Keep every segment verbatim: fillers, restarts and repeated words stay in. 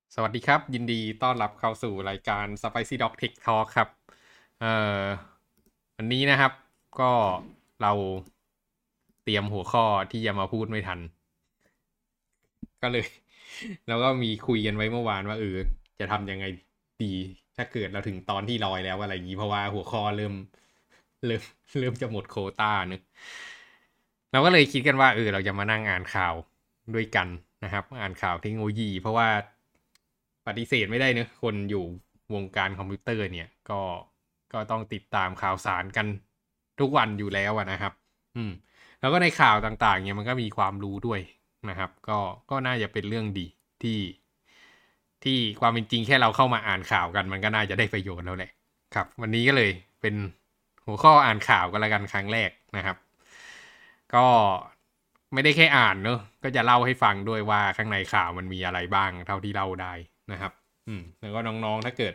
สวัสดีครับยินดีต้อนรับเข้าสู่รายการ Spicy Dog Tech Talk ครับเอ่อวันนี้นะครับก็เราเตรียมหัวข้อที่จะมาพูดไม่ทันก็เลยแล้วก็มีคุยกันไว้เมื่อวานว่าเออจะทำยังไงดีถ้าเกิดเราถึงตอนที่ลอยแล้วอะไรอย่างนี้เพราะว่าหัวข้อเริ่มเริ่มเริ่มจะหมดโควต้าเนอะเราก็เลยคิดกันว่าเออเราจะมานั่งอ่านข่าวด้วยกันนะครับอ่านข่าวเทคโนโลยีเพราะว่าปฏิเสธไม่ได้เนอะคนอยู่วงการคอมพิวเตอร์เนี่ยก็ก็ต้องติดตามข่าวสารกันทุกวันอยู่แล้วนะครับอืมแล้วก็ในข่าวต่างๆเนี่ยมันก็มีความรู้ด้วยนะครับก็ก็น่าจะเป็นเรื่องดีที่ที่ความเป็นจริงแค่เราเข้ามาอ่านข่าวกันมันก็น่าจะได้ประโยชน์แล้วแหละครับวันนี้ก็เลยเป็นหัวข้ออ่านข่าวกันละกันครั้งแรกนะครับก็ไม่ได้แค่อ่านเนอะก็จะเล่าให้ฟังด้วยว่าข้างในข่าวมันมีอะไรบ้างเท่าที่เล่าได้นะครับอืมแล้วก็น้องๆถ้าเกิด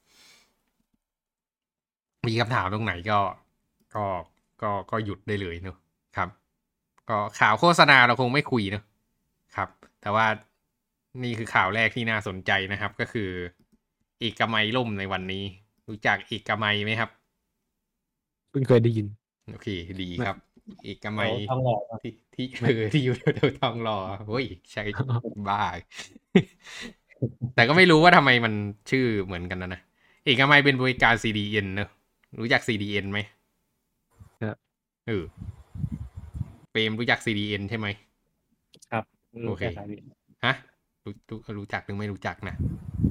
มีคำถามตรงไหนก็ก็ก็ก็หยุดได้เลยเนอะครับก็ข่าวโฆษณาเราคงไม่คุยเนอะครับแต่ว่านี่คือข่าวแรกที่น่าสนใจนะครับก็คือเอกมัยล่มในวันนี้รู้จักเอกมัยไหมครับเพิ่งเคยได้ยินโอเคดีไม่ครับเอกแถวมัยทองหล่อปะที่ที่เอไม่อที่อยู่แถวๆทองหล่อเฮ้ยใช่บ้า แต่ก็ไม่รู้ว่าทำไมมันชื่อเหมือนกันนะนะเอกมัยเป็นบริการ ซี ดี เอ็น เนอะรู้จัก ซี ดี เอ็น ไหมครับเออเปรมรู้จัก ซี ดี เอ็น ใช่ไหมครับโอเครู้แค่สายนี้ฮะรู้รู้รู้จักหรือไม่รู้จักนะ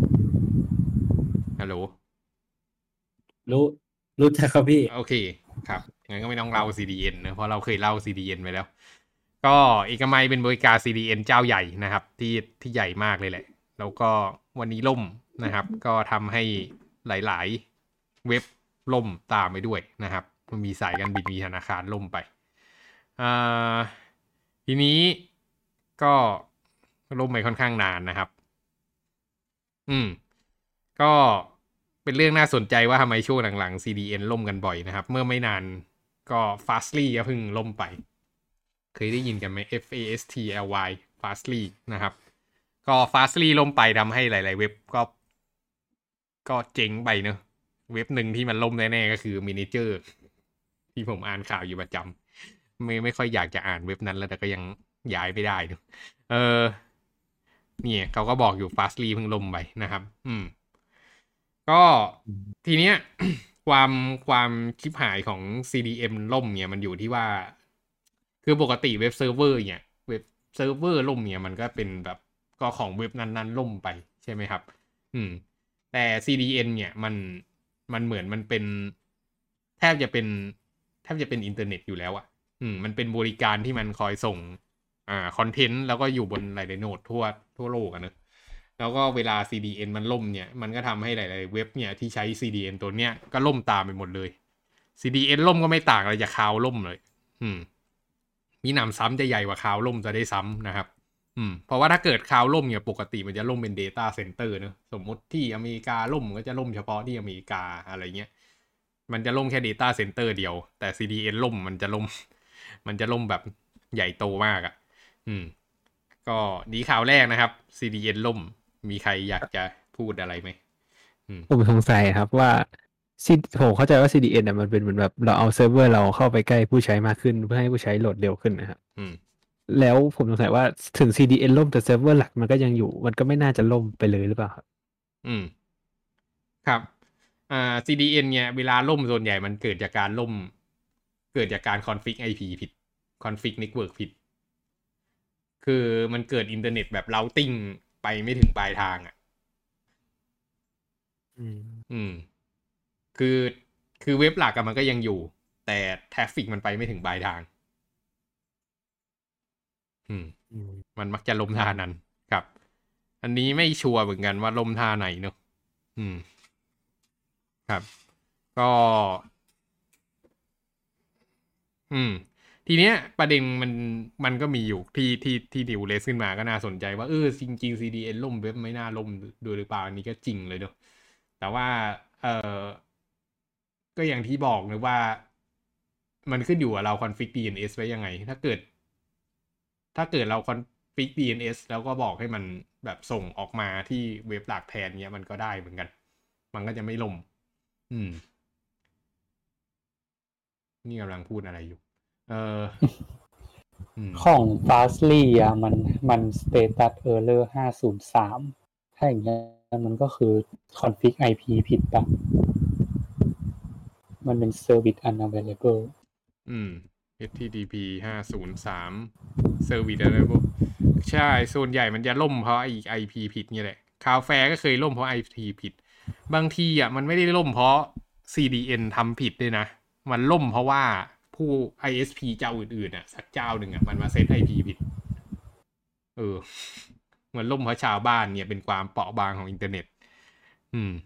ฮัลโหลรู้รู้จักครับพี่โอเคครับงั้นก็ไม่ต้องเล่า ซี ดี เอ็น นะเพราะเราเคยเล่า ซี ดี เอ็น ไปแล้วก็เอกมัยเป็นบริการ ซี ดี เอ็น เจ้าใหญ่นะครับที่ที่ใหญ่มากเลยแหละแล้วก็วันนี้ล่มนะครับก็ทำให้หลายๆเว็บล่มตามไปด้วยนะครับมันมีสายการบินมีธนาคารล่มไปอ่าทีนี้ก็ล่มไปค่อนข้างนานนะครับอืมก็เป็นเรื่องน่าสนใจว่าทำไมช่วงหลังๆ ซี ดี เอ็น ล่มกันบ่อยนะครับเมื่อไม่นานก็ Fastly ก็เพิ่งล่มไป เคยได้ยินกันไหม F A S T L Y Fastly นะครับก็ Fastly ล่มไปทำให้หลายๆเว็บก็ก็เจ๊งไปเนอะเว็บหนึ่งที่มันล่มแน่ๆก็คือ Manager ที่ผมอ่านข่าวอยู่ประจำไม่ไม่ค่อยอยากจะอ่านเว็บนั้นแล้วแต่ก็ยังย้ายไม่ได้เนอะเออเนี่ยเขาก็บอกอยู่ Fastly เพิ่งล่มไปนะครับอืมก็อืมทีเนี้ยความความชิบหายของ ซี ดี เอ็ม ล่มเนี่ยมันอยู่ที่ว่า คือปกติเว็บเซิร์ฟเวอร์เนี่ยเว็บเซิร์ฟเวอร์ล่มเนี่ยมันก็เป็นแบบก็ของเว็บนั้นๆล่มไปใช่ไหมครับอืมแต่ ซี ดี เอ็น เนี่ยมันมันเหมือนมันเป็นแทบจะเป็นแทบจะเป็นอินเทอร์เน็ตอยู่แล้วอะอืมมันเป็นบริการที่มันคอยส่งอ่าคอนเทนต์แล้วก็อยู่บนหลายๆโนดทั่วทั่วโลกอะเนอะแล้วก็เวลา ซี ดี เอ็น มันล่มเนี่ยมันก็ทำให้หลายๆเว็บเนี่ยที่ใช้ ซี ดี เอ็น ตัวเนี้ยก็ล่มตามไปหมดเลย ซี ดี เอ็น ล่มก็ไม่ต่างอะไรจากคาวล่มเลยอืม มีหนำซ้ำจะใหญ่กว่าคาวล่มจะได้ซ้ำนะครับอืมเพราะว่าถ้าเกิดคาวล่มเนี่ยปกติมันจะล่มเป็น Data Center เนอะสมมุติที่อเมริกาล่มก็จะล่มเฉพาะที่อเมริกาอะไรเงี้ยมันจะล่มแค่ Data Center เดียวแต่ ซี ดี เอ็น ล่มมันจะล่มมันจะล่มแบบใหญ่โตมากอ่ะอืมก็ดีข่าวแรกนะครับ ซี ดี เอ็น ล่มมีใครอยากจะพูดอะไรไหมอืมผมสงสัยครับว่า C ผมเข้าใจว่า ซี ดี เอ็น นน่ะมันเป็นเหมือนแบบเราเอาเซิร์ฟเวอร์เราเข้าไปใกล้ผู้ใช้มากขึ้นเพื่อให้ผู้ใช้โหลดเร็วขึ้นนะครับอืมแล้วผมสงสัยว่าถึง ซี ดี เอ็น ล่มแต่เซิร์ฟเวอร์หลักมันก็ยังอยู่มันก็ไม่น่าจะล่มไปเลยหรือเปล่าครับอืม ครับอ่า ซี ดี เอ็น เนี่ยเวลาล่มส่วนใหญ่มันเกิดจากการล่มเกิดจากการคอนฟิก ไอ พี ผิดคอนฟิกเน็ตเวิร์กผิดคือมันเกิดอินเทอร์เน็ตแบบเราติ้งไปไม่ถึงปลายทางอ่ะอืมอืมคือคือเว็บหลักอะมันก็ยังอยู่แต่ทราฟฟิกมันไปไม่ถึงปลายทางอืมอืมมันมักจะล่มท่านั้นครับอันนี้ไม่ชัวร์เหมือนกันว่าล่มท่าไหนเนอะอืมครับก็อืมทีเนี้ยประเด็นมันมันก็มีอยู่ที่ที่ที่ดิวเลสขึ้นมาก็น่าสนใจว่าเออจริงๆ ซี ดี เอ็น ล่มเว็บไม่น่าล่มดูหรือเปล่าอันนี้ก็จริงเลยเนอะแต่ว่าเออก็อย่างที่บอกนะว่ามันขึ้นอยู่กับเราคอนฟิก ดี เอ็น เอส ไว้ยังไงถ้าเกิดถ้าเกิดเราคอนฟิปิก ดี เอ็น เอส แล้วก็บอกให้มันแบบส่งออกมาที่เว็บหลักแทนเนี้ยมันก็ได้เหมือนกันมันก็จะไม่ล่มอืมนี่กำลังพูดอะไรอยู่ เออของ Fastly อ่ะมันมัน status error ห้าศูนย์สามถ้าอย่างเงี้ยมันก็คือ config ไอ พี ผิดปะมันเป็น service unavailable อืม เอช ที ที พี ห้าศูนย์สาม service unavailable ใช่ส่วนใหญ่มันจะล่มเพราะไอ ไอ พี ผิดนี่แหละ Cloudflare ก็เคยล่มเพราะ ไอ พี ผิดบางทีอ่ะมันไม่ได้ล่มเพราะ ซี ดี เอ็น ทำผิดด้วยนะมันล่มเพราะว่าผู้ ไอ เอส พี เจ้าอื่นๆอ่ะสักเจ้าหนึ่งอ่ะมันมาเซต ไอ พี ผิดเออเหมือนล่มเพราะชาวบ้านเนี่ยเป็นความเปราะบางของอินเทอร์เน็ตอืม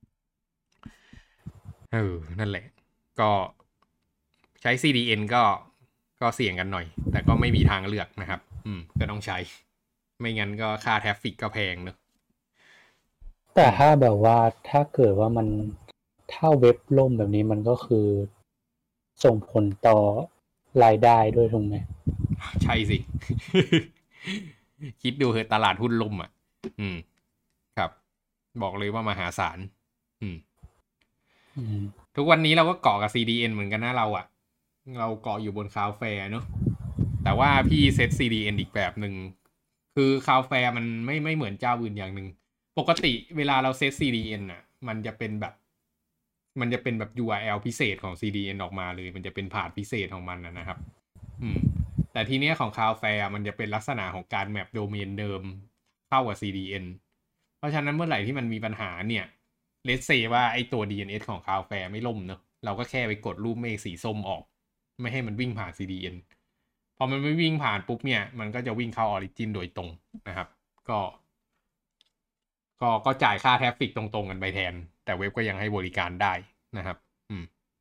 เออนั่นแหละก็ใช้ ซี ดี เอ็น ก็ก็เสี่ยงกันหน่อยแต่ก็ไม่มีทางเลือกนะครับอืมก็ต้องใช้ไม่งั้นก็ค่าทราฟฟิกก็แพงเนอะแต่ถ้าแบบว่าถ้าเกิดว่ามันถ้าเว็บล่มแบบนี้มันก็คือส่งผลต่อรายได้ด้วยถูกไหมใช่สิ คิดดูเหอะตลาดหุ้นล่มอ่ะอืมครับบอกเลยว่ามหาศาลอืมทุกวันนี้เราก็เกาะกับ ซี ดี เอ็น เหมือนกันนะเราอ่ะเราเกาะอยู่บน Cloudflare เนอะแต่ว่าพี่เซต ซี ดี เอ็น อีกแบบหนึ่งคือ Cloudflare มันไม่ไม่เหมือนเจ้าอื่นอย่างหนึ่งปกติเวลาเราเซต ซี ดี เอ็น อ่ะมันจะเป็นแบบมันจะเป็นแบบ ยู อาร์ แอล พิเศษของ ซี ดี เอ็น ออกมาเลยมันจะเป็นพาธพิเศษของมันนะครับอืมแต่ทีเนี้ยของ Cloudflare มันจะเป็นลักษณะของการแมปโดเมนเดิมเข้ากับ ซี ดี เอ็น เพราะฉะนั้นเมื่อไหร่ที่มันมีปัญหาเนี่ยเลทเซว่าไอตัว ดี เอ็น เอส ของ Cloudflare ไม่ล่มเนอะเราก็แค่ไปกดรูปเมฆสีส้มออกไม่ให้มันวิ่งผ่าน ซี ดี เอ็น พอมันไม่วิ่งผ่านปุ๊บเนี่ยมันก็จะวิ่งเข้า Origin โดยตรงนะครับก็ก็ก็จ่ายค่าทราฟฟิกตรงๆกันไปแทนแต่เว็บก็ยังให้บริการได้นะครับอืม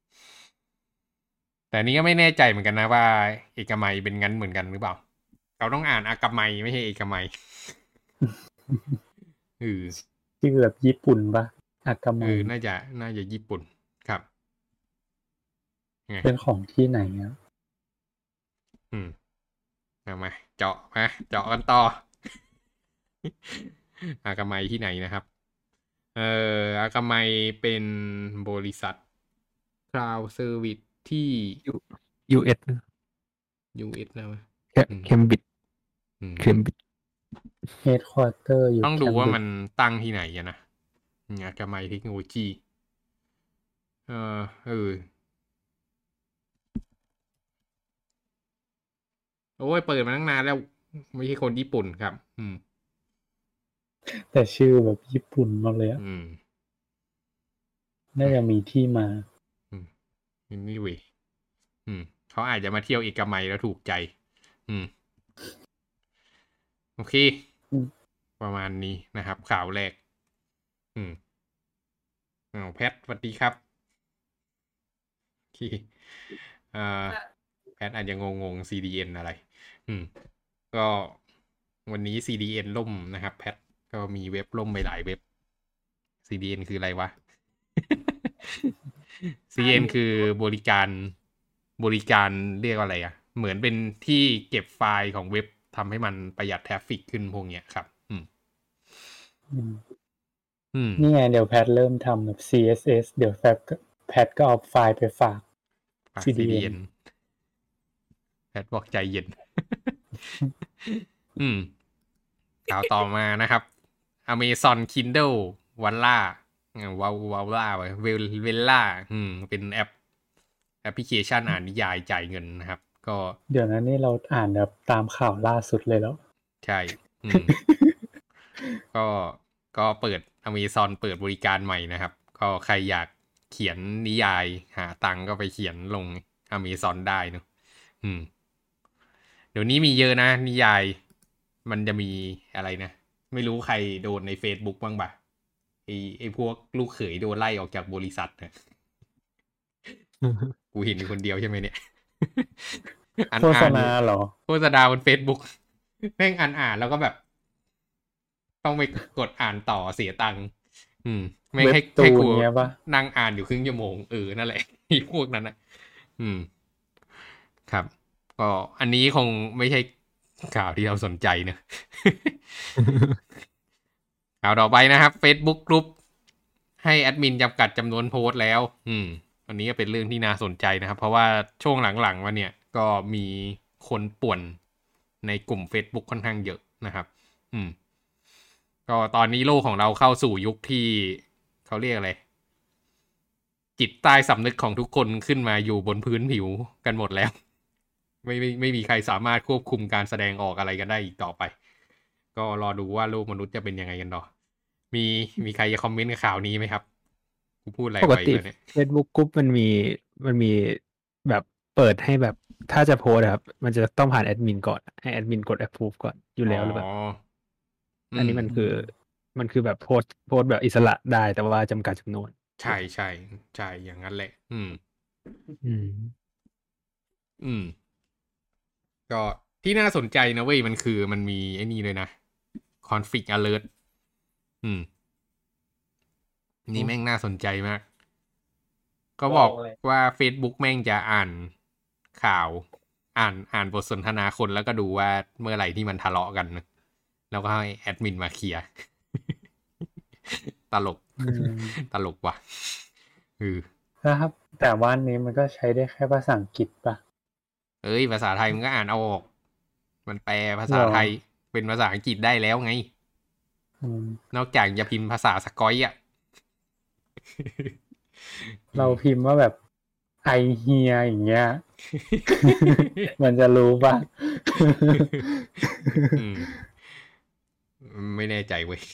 แต่นี้ก็ไม่แน่ใจเหมือนกันนะว่าเอกมัยเป็นงั้นเหมือนกันหรือเปล่าเราต้องอ่านอากามัยไม่ใช่เอกมัยเออชื่อแบบญี่ปุ่นปะอากามัยเออน่าจะน่าจะญี่ปุ่นครับเป็นของที่ไหนอ่ะอืมเอามาเจาะมาเจาะกันต่ออากามัยที่ไหนนะครับเอ่ออากามัยเป็นบริษัท Cloud Service ที่ยู เอสยู เอส นะมั้ยเคมบริดจ์เคมบริดจ์ Headquarter อยู่ต้องดูว่ามันตั้งที่ไหนอะนะอากามัยเทคโนโลยีเออเออโอ้ยเปิดมาตั้งนานแล้วไม่ใช่คนญี่ปุ่นครับอืมแต่ชื่อแบบญี่ปุ่นมากเลยอ่ะอืมน่าจะมีที่มาอืมนี่เว้ยอืมเขาอาจจะมาเที่ยวเอกมัยแล้วถูกใจอืมโอเคประมาณนี้นะครับข่าวแรกอืมอ้าวแพทสวัสดีครับโอเคอ่าแพทอาจจะงงๆ ซี ดี เอ็น อะไรอืมก็วันนี้ ซี ดี เอ็น ล่มนะครับแพทก็มีเว็บล่มไปหลายเว็บ ซี ดี เอ็น คืออะไรวะ ซี ดี เอ็น คือบริการบริการเรียกว่าอะไรอ่ะเหมือนเป็นที่เก็บไฟล์ของเว็บทำให้มันประหยัดทราฟฟิกขึ้นพวกเนี้ยครับอืมอืมนี่ไงเดี๋ยวแพทเริ่มทำแบบ ซี เอส เอส เดี๋ยวแพทแพทก็เอาไฟล์ไปฝากซี ดี เอ็น แพทบอกใจเย็น อืมข่าวต่อมานะครับ Amazon Kindle วันล่าวาววาวล่าเวลเวลล่าอืมเป็นแอปแอปพลิเคชันอ่านนิยายจ่ายเงินนะครับก็เดี๋ยวนั้นนี่เราอ่านแบบตามข่าวล่าสุดเลยแล้วใช่อืม ก็ก็เปิด Amazon เปิดบริการใหม่นะครับก็ใครอยากเขียนนิยายหาตังก็ไปเขียนลง Amazon ได้เนอะอืมเดี๋ยวนี้มีเยอะนะนิยายมันจะมีอะไรนะไม่รู้ใครโดนใน Facebook บ้างปะไอไอพวกลูกเขยโดนไล่ออกจากบริษัทนะกูเห็นคนเดียวใช่ไหมเนี่ยโฆษณาเหรอโฆษณาบน Facebook แม่งอ่านอ่านแล้วก็แบบต้องไปกดอ่านต่อเสียตังค์อืมไม่ให้ให้กูนั่งอ่านอยู่ครึ่งชั่วโมงเออนั่นแหละพวกนั้นนะอืมครับก็อันนี้คงไม่ใช่ข่าวที่เราสนใจเนอะ ข่าวต่อไปนะครับ Facebook Group ให้แอดมินจำกัดจำนวนโพสต์แล้ว อืมอันนี้ก็เป็นเรื่องที่น่าสนใจนะครับ เพราะว่าช่วงหลังๆมาเนี่ยก็มีคนป่วนในกลุ่ม Facebook ค่อนข้างเยอะนะครับ อืมก็ตอนนี้โลกของเราเข้าสู่ยุคที่เขาเรียกอะไรจิตใต้สำนึกของทุกคนขึ้นมาอยู่บนพื้นผิวกันหมดแล้ว ไม่ไม่ไม่มีใครสามารถควบคุมการแสดงออกอะไรกันได้อีกต่อไปก็รอดูว่าโลกมนุษย์จะเป็นยังไงกันต่อมีมีใครจะคอมเมนต์กับข่าวนี้ไหมครับกูพูดอะไรปกไปติเลยเนี่ย Facebook Group มันมีมันมีแบบเปิดให้แบบถ้าจะโพสต์อะครับมันจะต้องผ่านแอดมินก่อนให้แอดมินกด approve ก่อนอยู่แล้วหรือเปล่าอันนี้มันคือมันคือแบบโพสต์โพสต์แบบอิสระได้แต่ว่าจำกัดจำนวนใช่ใช่ใช่อย่างนั้นแหละ อืมอืมอืม ก็ที่น่าสนใจนะเว้ยมันคือมันมีไอ้นี่เลยนะ conflict alert อืม นี่แม่งน่าสนใจมากก็บอกว่า Facebook แม่งจะอ่านข่าวอ่านอ่านบทสนทนาคนแล้วก็ดูว่าเมื่อไหร่ที่มันทะเลาะกันนะแล้วก็ให้แอดมินมาเคลียร์ ตลก ตลกว่ะอือนะครับแต่ว่านี้มันก็ใช้ได้แค่ภาษาอังกฤษปะเอ้ยภาษาไทยมันก็อ่านเอาออกมันแปลภาษาไทยเป็นภาษาอังกฤษได้แล้วไงนอกจากจะพิมพ์ภาษาสกอยอ่ะเราพิมพ์ว่าแบบไอเฮียอย่างเงี้ย มันจะรู้ปะไม่แน่ใจเว้ย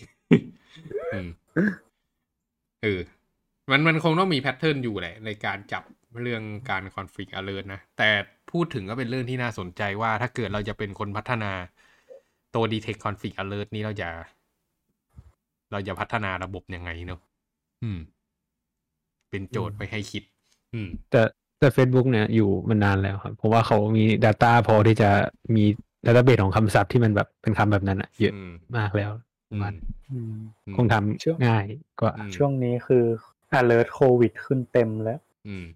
เออมันมันคงต้องมีแพทเทิร์นอยู่แหละในการจับเรื่องการ conflict alert นะแต่พูดถึงก็เป็นเรื่องที่น่าสนใจว่าถ้าเกิดเราจะเป็นคนพัฒนาตัว detect conflict alert นี้เราจะเราจะพัฒนาระบบยังไงเนอะอืมเป็นโจทย์ไปให้คิดอืมแต่แต่ Facebook เนี่ยอยู่มานานแล้วครับเพราะว่าเขามี data พอที่จะมี database ของคำศัพท์ที่มันแบบเป็นคำแบบนั้นอะเยอะมากแล้วมันคงทำง่ายกว่าช่วงนี้คือ alert โควิดขึ้นเต็มแล้วอืม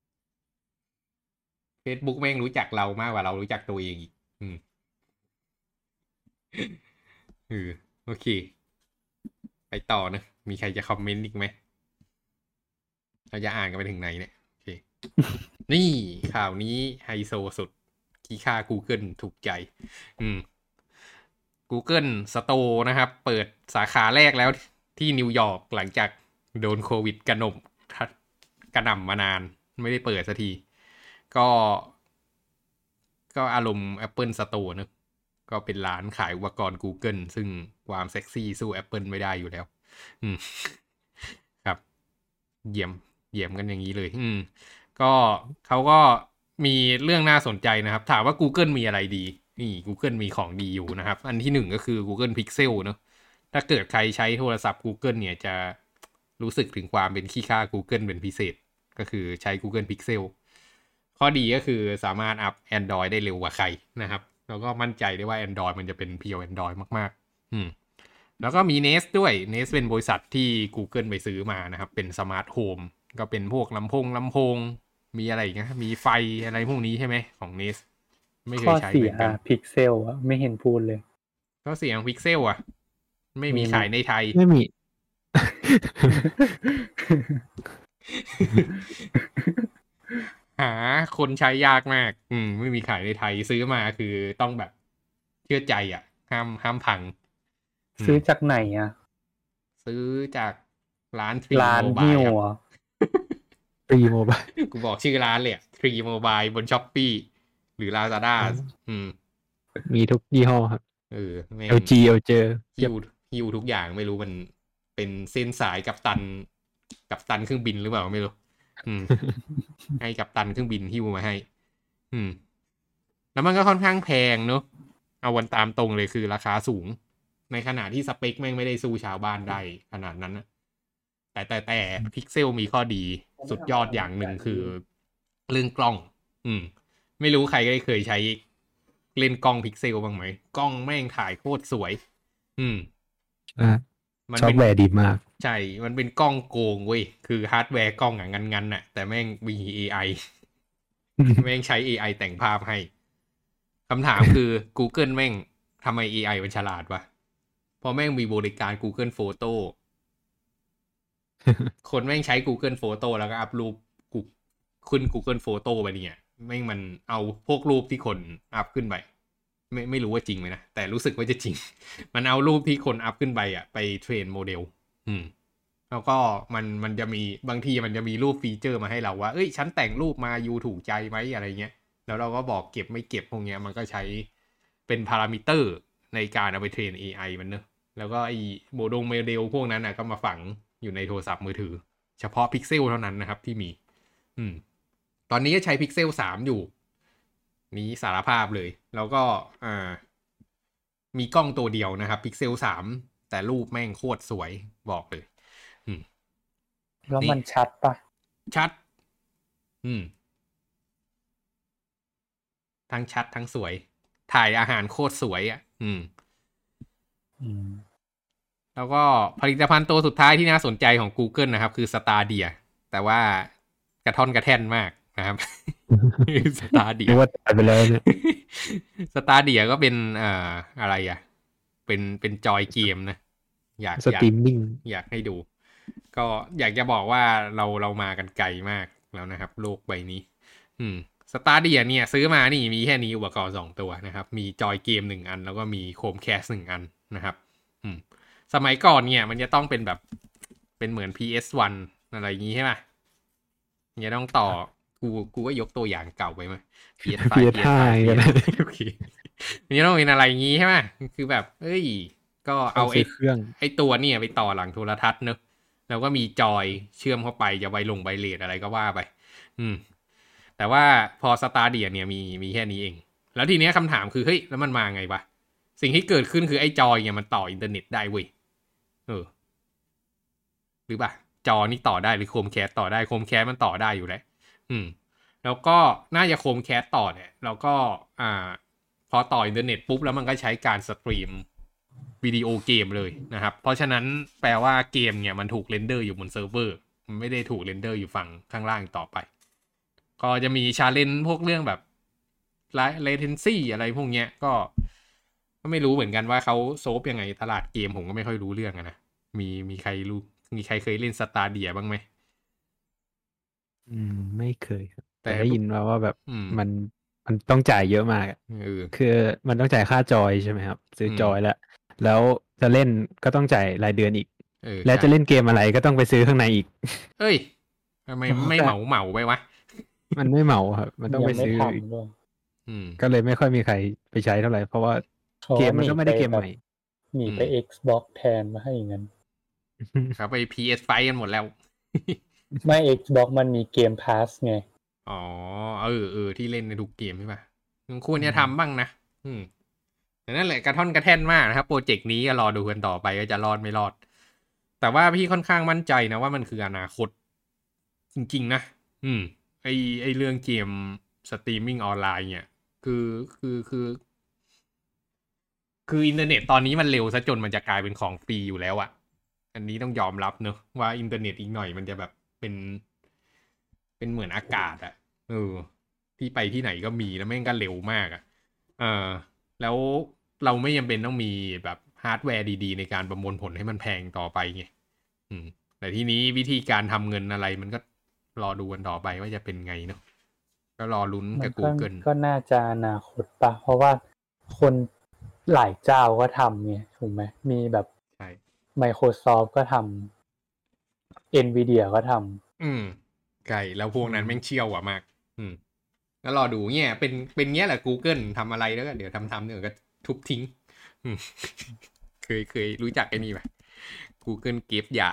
Facebook แม่งรู้จักเรามากกว่าเรารู้จักตัวเองอีกอืมเออโอเคไปต่อนะมีใครจะคอมเมนต์อีกไหมเราจะอ่านกันไปถึงไหนเนี่ยโอเค นี่ข่าวนี้ไฮโซสุดขี้ค่า Google ถูกใจ อืม Google Store นะครับ เปิดสาขาแรกแล้วที่นิวยอร์กหลังจากโดนโควิดกระหน่ำกระหน่ำมานานไม่ได้เปิดสักที ก็ ก็อารมณ์ Apple Store นะก็เป็นร้านขายอุปกรณ์ Google ซึ่งความเซ็กซี่สู้ Apple ไม่ได้อยู่แล้ว อืม ครับ เยี่ยมเยี่ยมกันอย่างนี้เลย อืม ก็เขาก็มีเรื่องน่าสนใจนะครับ ถามว่า Google มีอะไรดีนี่ Google มีของดีอยู่นะครับ อันที่หนึ่งก็คือ Google Pixel เนอะถ้าเกิดใครใช้โทรศัพท์ Google เนี่ยจะรู้สึกถึงความเป็นขี้ข้า Google เป็นพิเศษ ก็คือใช้ Google Pixel ข้อดีก็คือสามารถอัพ Android ได้เร็วกว่าใครนะครับแล้วก็มั่นใจได้ว่า Android มันจะเป็น Pure Android มากๆอืมแล้วก็มี Nest ด้วย Nest เป็นบริษัทที่ Google ไปซื้อมานะครับเป็น Smart Home ก็เป็นพวกลำโพงลำโพงมีอะไรอีกนะมีไฟอะไรพวกนี้ใช่ไหมของ Nest ไม่เคยใช้เหมือนกันพิกเซลอะไม่เห็นพูดเลยก็เสียง Pixel อ่ะไม่มีขายในไทยไม่มีหาคนใช้ยากมากอืมไม่มีขายในไทยซื้อมาคือต้องแบบเชื่อใจอ่ะห้ามห้ามพังซื้อจากไหนอ่ะซื้อจากร้านทรีร้านโมบายครับทรีโมบายกูบอกชื่อร้านเลยทรีโมบายบน Shopee หรือ Lazada อืมมีทุกยี่ห้อครับเออแอล จี เอล เจฮิวฮิวทุกอย่างไม่รู้มันเป็นเส้นสายกับตันกับตันเครื่องบินหรือเปล่าไม่รู้อืม ให้กับตันเครื่องบินฮิวมาให้อืมแล้วมันก็ค่อนข้างแพงเนอะเอาวันตามตรงเลยคือราคาสูงในขณะที่สเปคแม่งไม่ได้สู้ชาวบ้านได้ขนาดนั้นนะแต่แต่แต่พิกเซลมีข้อดีสุดยอดอย่างหนึ่งคือเรื่องกล้องอืมไม่รู้ใครได้เคยใช้เล่นกล้องพิกเซลบ้างไหมกล้องแม่งถ่ายโคตรสวยอืมอ่าซอฟต์แวร์ดีมากใช่มันเป็นกล้องโกงเว้ยคือฮาร์ดแวร์กล้องอ่ะงันๆน่ะแต่แม่งมี เอ ไอ แม่งใช้ เอ ไอ แต่งภาพให้คำถามคือ Google แม่งทำไม เอ ไอ มันฉลาดวะเพราะแม่งมีบริการ Google Photo คนแม่งใช้ Google Photo แล้วก็อัพรูปกูขึ้น Google Photo ไปเนี่ยแม่งมันเอาพวกรูปที่คนอัพขึ้นไปไม่ไม่รู้ว่าจริงไหมนะแต่รู้สึกว่าจะจริง มันเอารูปที่คนอัพขึ้นไปอ่ะไปเทรนโมเดลอืมแล้วก็มันมันจะมีบางทีมันจะมีรูปฟีเจอร์มาให้เราว่าเอ้ยฉันแต่งรูปมายูถูกใจไหมอะไรเงี้ยแล้วเราก็บอกเก็บไม่เก็บพวกเนี้ยมันก็ใช้เป็นพารามิเตอร์ในการเอาไปเทรน เอ ไอ มันเนอะแล้วก็ไอ้โมดงโมเดลพวกนั้นอ่ะก็มาฝังอยู่ในโทรศัพท์มือถือเฉพาะพิกเซลเท่านั้นนะครับที่มีอืมตอนนี้ก็ใช้พิกเซลสามอยู่นี้สารภาพเลยแล้วก็อ่ามีกล้องตัวเดียวนะครับพิกเซลสามแต่รูปแม่งโคตรสวยบอกเลยอืมแล้วมันชัดปะชัดอืมทั้งชัดทั้งสวยถ่ายอาหารโคตรสวยอ่ะอืมอืมแล้วก็ผลิตภัณฑ์ตัวสุดท้ายที่น่าสนใจของ Google นะครับคือ Stadia แต่ว่ากระท่อนกระแท่นมากนะครับ Stadia นึกว่าตัดไปแล้วเนี่ย Stadia ก็เป็นเอ่ออะไรอ่ะเป็นเป็นจอยเกมนะอยากสตรีมมิ่งอยากให้ดูก็อยากจะบอกว่าเราเรามากันไกลมากแล้วนะครับโลกใบนี้อืมStadia เนี่ยซื้อมานี่มีแค่นี้อุปกรณ์สองตัวนะครับมีจอยเกมหนึ่งอันแล้วก็มี Chromecast หนึ่งอันนะครับอืมสมัยก่อนเนี่ยมันจะต้องเป็นแบบเป็นเหมือน พี เอส วัน อะไรอย่างงี้ใช่ไหมเนี่ยต้องต่อกูกูก็ยกตัวอย่างเก่าไปไหม พี เอส ไฟว์พี เอส ห้า กันนะโอเคมันจะต้องเป็นอะไรอย่างงี้ใช่ไหมคือแบบเอ้ยก็เอาไอ้เครื่องไอ้ตัวเนี่ยไปต่อหลังโทรทัศน์เนอะแล้วก็มีจอยเชื่อมเข้าไปจะไวลงไวเลสอะไรก็ว่าไปอืมแต่ว่าพอ Stadia เนี่ยมีมีแค่นี้เองแล้วทีเนี้ยคำถามคือเฮ้ยแล้วมันมาไงวะสิ่งที่เกิดขึ้นคือไอ้จอยเนี่ยมันต่ออินเทอร์เน็ตได้เว้ยเออหรือป่ะจอนี่ต่อได้หรือโคมแคสต่อได้โคมแคสมันต่อได้อยู่แล้วอืมแล้วก็น่าจะโคมแคสต่อเนี่ยแล้วก็อ่าพอต่ออินเทอร์เน็ตปุ๊บแล้วมันก็ใช้การสตรีมวิดีโอเกมเลยนะครับเพราะฉะนั้นแปลว่าเกมเนี่ยมันถูกเรนเดอร์อยู่บนเซิร์ฟเวอร์มันไม่ได้ถูกเรนเดอร์อยู่ฝั่งข้างล่างต่อไปก็จะมีชาเลนจ์พวกเรื่องแบบ latency อะไรพวกเนี้ยก็ก็ไม่รู้เหมือนกันว่าเขาโซฟยังไงตลาดเกมผมก็ไม่ค่อยรู้เรื่องนะมีมีใครรู้มีใครเคยเล่น Stadia บ้างไหมอืมไม่เคยครับแต่แต่ได้ยินมาว่าแบบอืมมันมันต้องจ่ายเยอะมากอะเออคือมันต้องจ่ายค่าจอยใช่ไหมครับ ซื้ออมจอยแล้ว แล้วจะเล่นก็ต้องจ่ายรายเดือนอีกเออแล้วใช่จะเล่นเกมอะไรก็ต้องไปซื้อข้างในอีกเอ้ยทำไมไม่เหมาเหมาไปวะมันไม่เหมาครับ มันต้องยัไปงไม่ซื้ออีกทำด้วยอืมก็เลยไม่ค่อยมีใครไปใช้เท่าไหร่ เพราะว่าเพราะเกมว่ามันก็ไม่ได้เกมหนีใหไปม่แบบหนีไปอืม Xbox แทนมาให้อย่างนั้นเขาไป พี เอส ไฟว์ กันหมดแล้วไม่ Xbox มันมีเกม Pass ไงอ๋อเออเออที่เล่นในทุกเกมใช่ป่ะควรจะทำบ้างนะอืมแต่นั่นแหละกระท่อนกระแท่นมากนะครับโปรเจกต์นี้ก็รอดูกันต่อไปว่าจะรอดไม่รอด แต่ว่าพี่ค่อนข้างมั่นใจนะว่ามันคืออนาคต จริงๆนะอืมไอไอเรื่องเกมสตรีมมิ่งออนไลน์เนี่ยคือคือคือคืออินเทอร์เน็ตตอนนี้มันเร็วซะจนมันจะกลายเป็นของฟรีอยู่แล้วอะอันนี้ต้องยอมรับเนอะว่าอินเทอร์เน็ตอีกหน่อยมันจะแบบเป็นเป็นเหมือนอากาศอะเออที่ไปที่ไหนก็มีแล้วแม่งก็เร็วมากอะเออแล้วเราไม่จำเป็นต้องมีแบบฮาร์ดแวร์ดีๆในการประมวลผลให้มันแพงต่อไปไงอืมแต่ทีนี้วิธีการทำเงินอะไรมันก็รอดูกันต่อไปว่าจะเป็นไงเนาะก็รอลุ้นมักับนก็ Google ก็น่าจะอนาคตปะเพราะว่าคนหลายเจ้าก็ทำไงถูกไหมมีแบบใช่ Microsoft ก็ทำ Nvidia ก็ทำอืมไก่แล้วพวกนั้นแม่งเชี่ยวอ่ะมาก อืมแล้วรอดูเนี่ยเป็นเป็นเงี้ยแหละ Google ทำอะไรแล้วก็เดี๋ยวทำทำเดี๋ยวก็ทุบทิ้ง อืม เคยเคยรู้จักไอ้นี่ไหม Google เก็บหยาด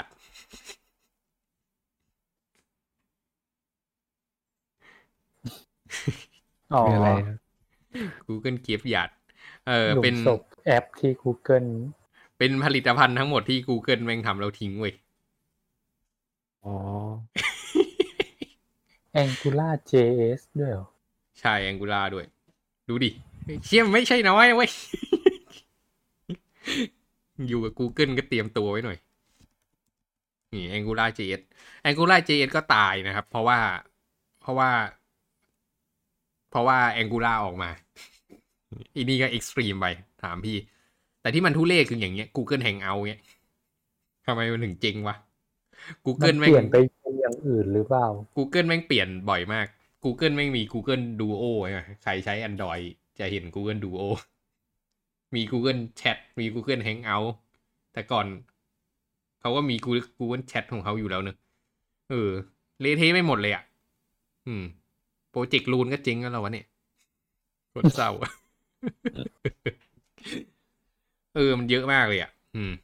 อ๋อคืออะไรครับ Google เก็บหยาดเออหลุเป็มนศพแอปที่ Google เป็นผลิตภัณฑ์ทั้งหมดที่ Google แม่งทำแล้วทิ้งเว้ยอ๋อ Angular เจ เอส ด้วยเหรอใช่ Angular ด้วย ดูดิเชี่ยไม่ใช่น้อยเว้ย อยู่กับ Google ก็เตรียมตัวไว้หน่อย นี่ Angular เจ เอส Angular เจ เอส ก็ตายนะครับ เพราะว่า เพราะว่า เพราะว่า Angular ออกมาอีนี่ก็เอ็กซ์ตรีมไปถามพี่แต่ที่มันทุเรศคืออย่างเงี้ย Google Hangout เงี้ยทำไมมันถึงจริงวะ Google มันแม่เปงลี่ยนไปเป็นอย่างอื่นหรือเปล่า Google แม่งเปลี่ยนบ่อยมาก Google แม่งมี Google Duo ใช่ไหมใครใช้ Android จะเห็น Google Duo มี Google Chat มี Google Hangout แต่ก่อนเขาก็มี Google Chat ของเขาอยู่แล้วเนอะเออเละเทะไม่หมดเลยอ่ะอืมโปรเจกต์ลูนก็จริงแล้ววะเนี่ยคนเศร้า เออมันเยอะมากเลยอ่ะอืม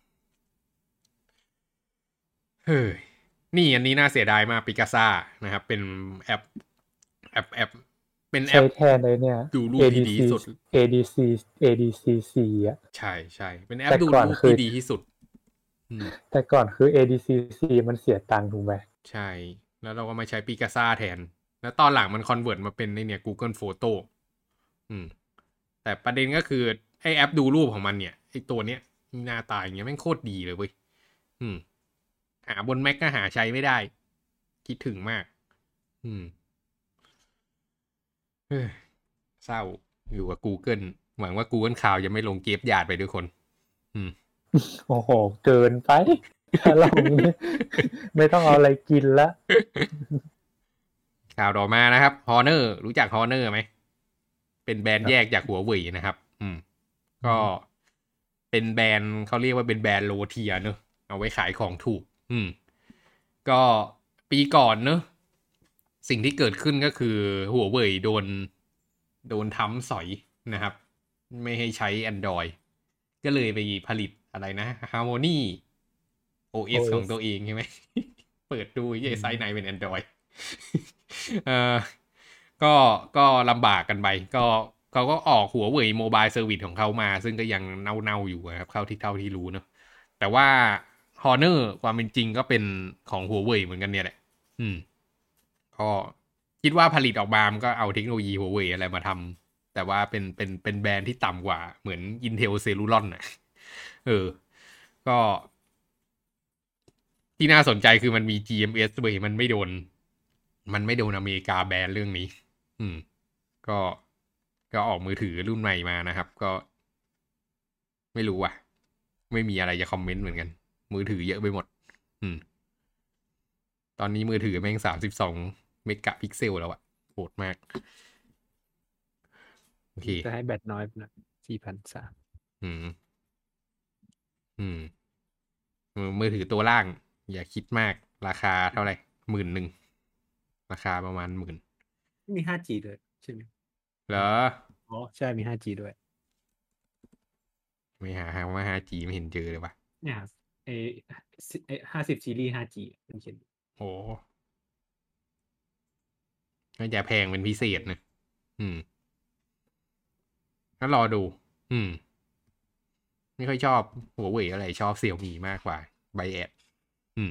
เฮ้ยนี่อันนี้น่าเสียดายมากปิกาซ่านะครับ เป็นแอปแอปแอปเป็นแอใช้ปแทนเลยเนี่ยดูรูปที่ดีที่สุดเอ ดี ซี เอ ดี ซี ซี อ่ะใช่ใช่เป็นแอปแต่ดูก่อนรูปคือที่ดีที่สุดอืมแต่ก่อนคือ เอ ดี ซี ซี มันเสียตังค์ถูกไหมใช่ แล้วเราก็มาใช้ปิกาซ่าแทน แล้วตอนหลังมันคอนเวิร์ตมาเป็นในเนี่ย Google Photo อืม แต่ประเด็นก็คือไอแอปดูรูปของมันเนี่ยไอตัวเนี้ยหน้าตาอย่างเงี้ยแม่งโคตรดีเลยเว้ยอืม หาบน Mac ก็หาใช้ไม่ได้ คิดถึงมาก อืมเฮ้ยเศร้าอยู่กับ Google หวังว่า Google Cloud จะไม่ลงเกฟหยาดไปด้วยคน อืมโอ้โห เกินไปถ้าเรานี้ ไม่ต้องเอาอะไรกินละข่าวต่อมานะครับ Honor รู้จัก Honor ไหม เป็นแบรนด์แยกจากหัวเว่ยนะครับ อืม ก็เป็นแบรนด์เขาเรียกว่าเป็นแบรนด์โลเทียเนอะเอาไว้ขายของถูก อืม ก็ปีก่อนเนอะสิ่งที่เกิดขึ้นก็คือหัวเว่ยโดนโดนทำสอยนะครับ ไม่ให้ใช้ Android ก็เลยไปผลิตอะไรนะ Harmony โอ เอส ของตัวเองใช่ไหม เปิดดูไอ้ไซส์ไหนเป็น Android เออก็ก็ลำบากกันไปก็เขาก็ออกหัวเว่ยโมบายเซอร์วิสของเขามาซึ่งก็ยังเน่าๆอยู่ครับเข้าที่เท่าที่รู้เนอะแต่ว่า Honor ความเป็นจริงก็เป็นของหัวเว่ยเหมือนกันเนี่ยแหละอืมก็คิดว่าผลิตออกมามันก็เอาเทคโนโลยีหัวเว่ยอะไรมาทำแต่ว่าเป็นเป็นเป็นแบรนด์ที่ต่ำกว่าเหมือน Intel Cellulon น่ะเออก็ที่น่าสนใจคือมันมี จี เอ็ม เอส เว้ยมันไม่โดนมันไม่โดนอเมริกาแบนเรื่องนี้ อืม ก็ก็ออกมือถือรุ่นใหม่มานะครับ ก็ ไม่รู้ว่ะ ไม่มีอะไรจะคอมเมนต์เหมือนกัน มือถือเยอะไปหมด อืม ตอนนี้มือถือแม่งสามสิบสองเมกะพิกเซลแล้วอะโหดมากโอเคจะให้แบตน้อยนะสี่พันสามอืม อืม มือถือตัวล่าง อย่าคิดมากราคาเท่าไหร่หมื่นหนึ่งราคาประมาณหมื่นมี ห้าจี ด้วยใช่ไหมเหรออ๋อใช่มี ห้าจี ด้วยไม่หาหาว่า ห้าจี ไม่เห็นเจอเลยว่ะเนี่ยเอเอห้าสิบซีรีส์ ห้าจี มันเขียนโอ้น่าจะแพงเป็นพิเศษนะอืมก็รอดู อืม ไม่ค่อยชอบหัวเว่ยอะไรชอบเสี่ยวมี่มากกว่าไบแอดอืม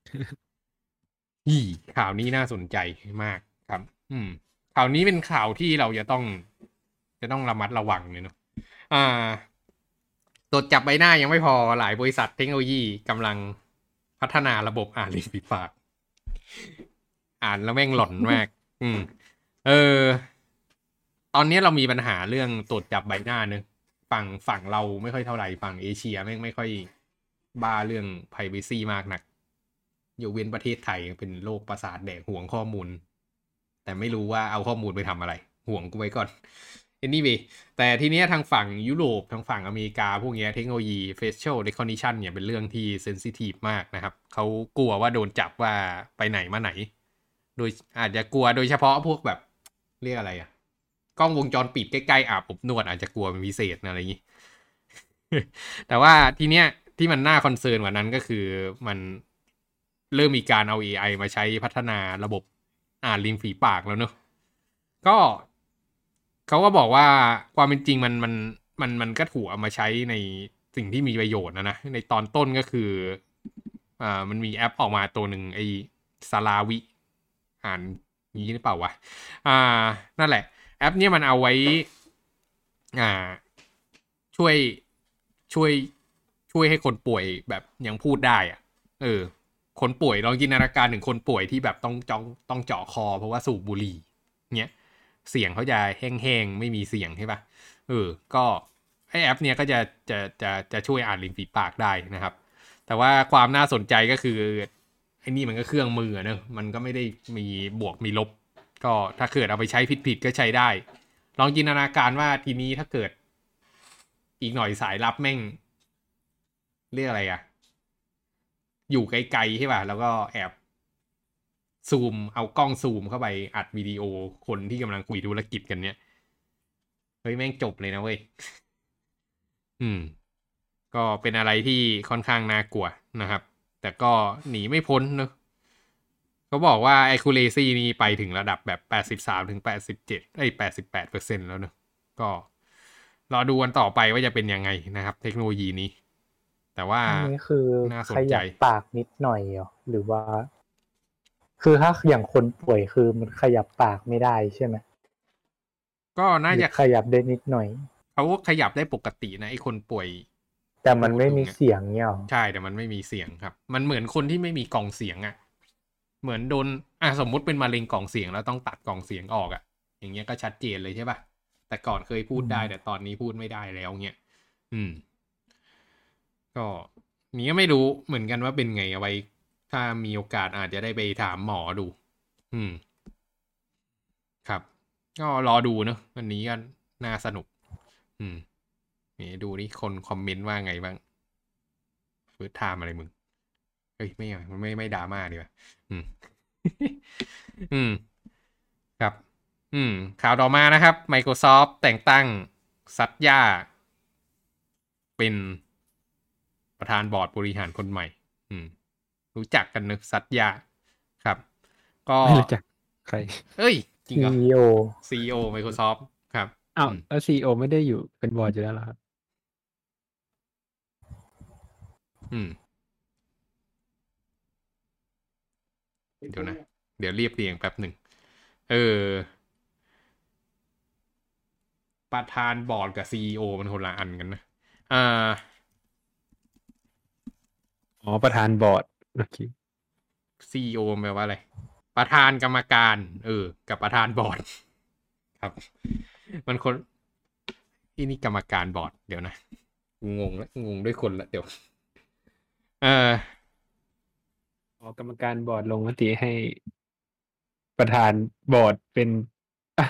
ยี่ข่าวนี้น่าสนใจมากครับ อืม ข่าวนี้เป็นข่าวที่เราจะต้อง จะต้องระมัดระวังเลยเนาะอ่าตรวจจับใบหน้ายังไม่พอหลายบริษัทเทคโนโลยีกำลังพัฒนาระบบอ่านริมฝีปาก อ่านแล้วแม่งหลอนมาก อืม เออ ตอนนี้เรามีปัญหาเรื่องตรวจจับใบหน้าเนอะฝั่งฝั่งเราไม่ค่อยเท่าไหร่ฝั่งเอเชียแม่งไม่ค่อยบ้าเรื่อง privacy มากนักยกเว้นประเทศไทยเป็นโรคประสาทแดกห่วงข้อมูลแต่ไม่รู้ว่าเอาข้อมูลไปทำอะไรห่วงกูไว้ก่อน anyway แต่ทีเนี้ยทางฝั่งยุโรปทางฝั่งอเมริกาพวกเนี้ยเทคโนโลยี facial recognition เนี่ยเป็นเรื่องที่ sensitive มากนะครับเขากลัวว่าโดนจับว่าไปไหนมาไหนโดยอาจจะกลัวโดยเฉพาะพวกแบบเรียกอะไรอะกล้องวงจรปิดใกล้ๆอาบอบนวดอาจจะกลัวเป็นพิเศษอะไรอย่างนี้ แต่ว่าทีเนี้ยที่มันน่าคอนเซิร์นกว่านั้นก็คือมันเริ่มมีการเอา เอ ไอ มาใช้พัฒนาระบบอ่านริมฝีปากแล้วเนอะก็เขาก็บอกว่าความเป็นจริงมันมันมันมันก็ถูกเอามาใช้ในสิ่งที่มีประโยชน์นะนะในตอนต้นก็คืออ่ามันมีแอปออกมาตัวหนึ่งไอ้ซาลาวิอ่านนี้หรือเปล่าวะอ่านั่นแหละแอปเนี้ยมันเอาไว้อ่าช่วยช่วยช่วยให้คนป่วยแบบยังพูดได้อ่ะเออคนป่วยลองจินตนาการถึงคนป่วยที่แบบต้องจ้องต้องเจาะคอเพราะว่าสูบบุหรี่เนี้ยเสียงเขาจะแห้งๆไม่มีเสียงใช่ปะเออก็ไอแอปเนี้ยก็จะจะจะจะช่วยอ่านริมฝีปากได้นะครับ แต่ว่าความน่าสนใจก็คือไอ้นี่มันก็เครื่องมือเนอะมันก็ไม่ได้มีบวกมีลบก็ถ้าเกิดเอาไปใช้ผิดๆก็ใช้ได้ลองจินตนาการว่าทีนี้ถ้าเกิดอีกหน่อยสายลับแม่งเรียกอะไรอะอยู่ไกลๆใช่ป่ะแล้วก็แอบซูมเอากล้องซูมเข้าไปอัดวิดีโอคนที่กำลังคุยธุรกิจกันเนี้ยเฮ้ยแม่งจบเลยนะเว้ยอืมก็เป็นอะไรที่ค่อนข้างน่ากลัวนะครับ แต่ก็หนีไม่พ้นเนอะเขาบอกว่า accuracy นี่ไปถึงระดับแบบแปดสิบสามถึงแปดสิบเจ็ดเอ้ยแปดสิบแปดเปอร์เซ็นต์แล้วเนอะก็รอดูกันต่อไปว่าจะเป็นยังไงนะครับ เทคโนโลยีนี้ แต่ว่าอันนี้คือน่าสขนใจยับปากนิดหน่อยเหรอหรือว่า คือถ้าอย่างคนป่วยคือมันขยับปากไม่ได้ใช่ไหมก็น่าหรืจะอขยับได้นิดหน่อยเขาขยับได้ปกตินะไอ้คนป่วยแต่มันไม่มีพูดถึงอะเสียงเนี่ยหรอใช่แต่มันไม่มีเสียงครับ มันเหมือนคนที่ไม่มีกล่องเสียงอะ่ะ เหมือนโดนอ่ะสมมุติเป็นมะเร็งกล่องเสียงแล้วต้องตัดกล่องเสียงออกอะ่ะ อย่างเงี้ยก็ชัดเจนเลยใช่ป่ะแต่ก่อนเคยพูดได้แต่ตอนนี้พูดไม่ได้แล้วเงี้ยอืม ก็นี้ก็ไม่รู้เหมือนกันว่าเป็นไงเอาไว้ ถ้ามีโอกาสอาจจะได้ไปถามหมอดู อืม ครับ ก็รอดูเนอะวันนี้ก็น่าสนุก อืมนี่ดูนี่คนคอมเมนต์ว่าไงบ้างเฟิร์สไทม์อะไรมึงเฮ้ยไม่ไม่ไม่ไม่ดราม่าดีกว่าอืม อืม ครับ อืม ข่าวต่อมานะครับ Microsoft แต่งตั้งซัตยาเป็นประธานบอร์ดบริหารคนใหม่ อืม รู้จักกันเนอะซัตยาครับ ก็ไม่รู้จักใครเอ้ย จริงเหรอซี อี โอซี อี โอ Microsoft ครับอ้าวอืมแล้วซีอีโอไม่ได้อยู่เป็นบอร์ดอยู่แล้วเหรอครับอืม เดี๋ยวนะ เดี๋ยวเรียบเรียงแป๊บหนึ่ง เออ ประธานบอร์ดกับ ซี อี โอ มันคนละอันกันนะ อ่าอ๋อประธานบอร์ดโอเคซี อี โอ แปลว่าอะไร ประธานกรรมการ เออ กับประธานบอร์ด ครับ มันคนที่นี่กรรมการบอร์ด เดี๋ยวนะ งงแล้วงงด้วยคนละเดี๋ยว เอออ๋อกรรมการบอร์ดลงมติให้ประธานบอร์ดเป็นอ่ะ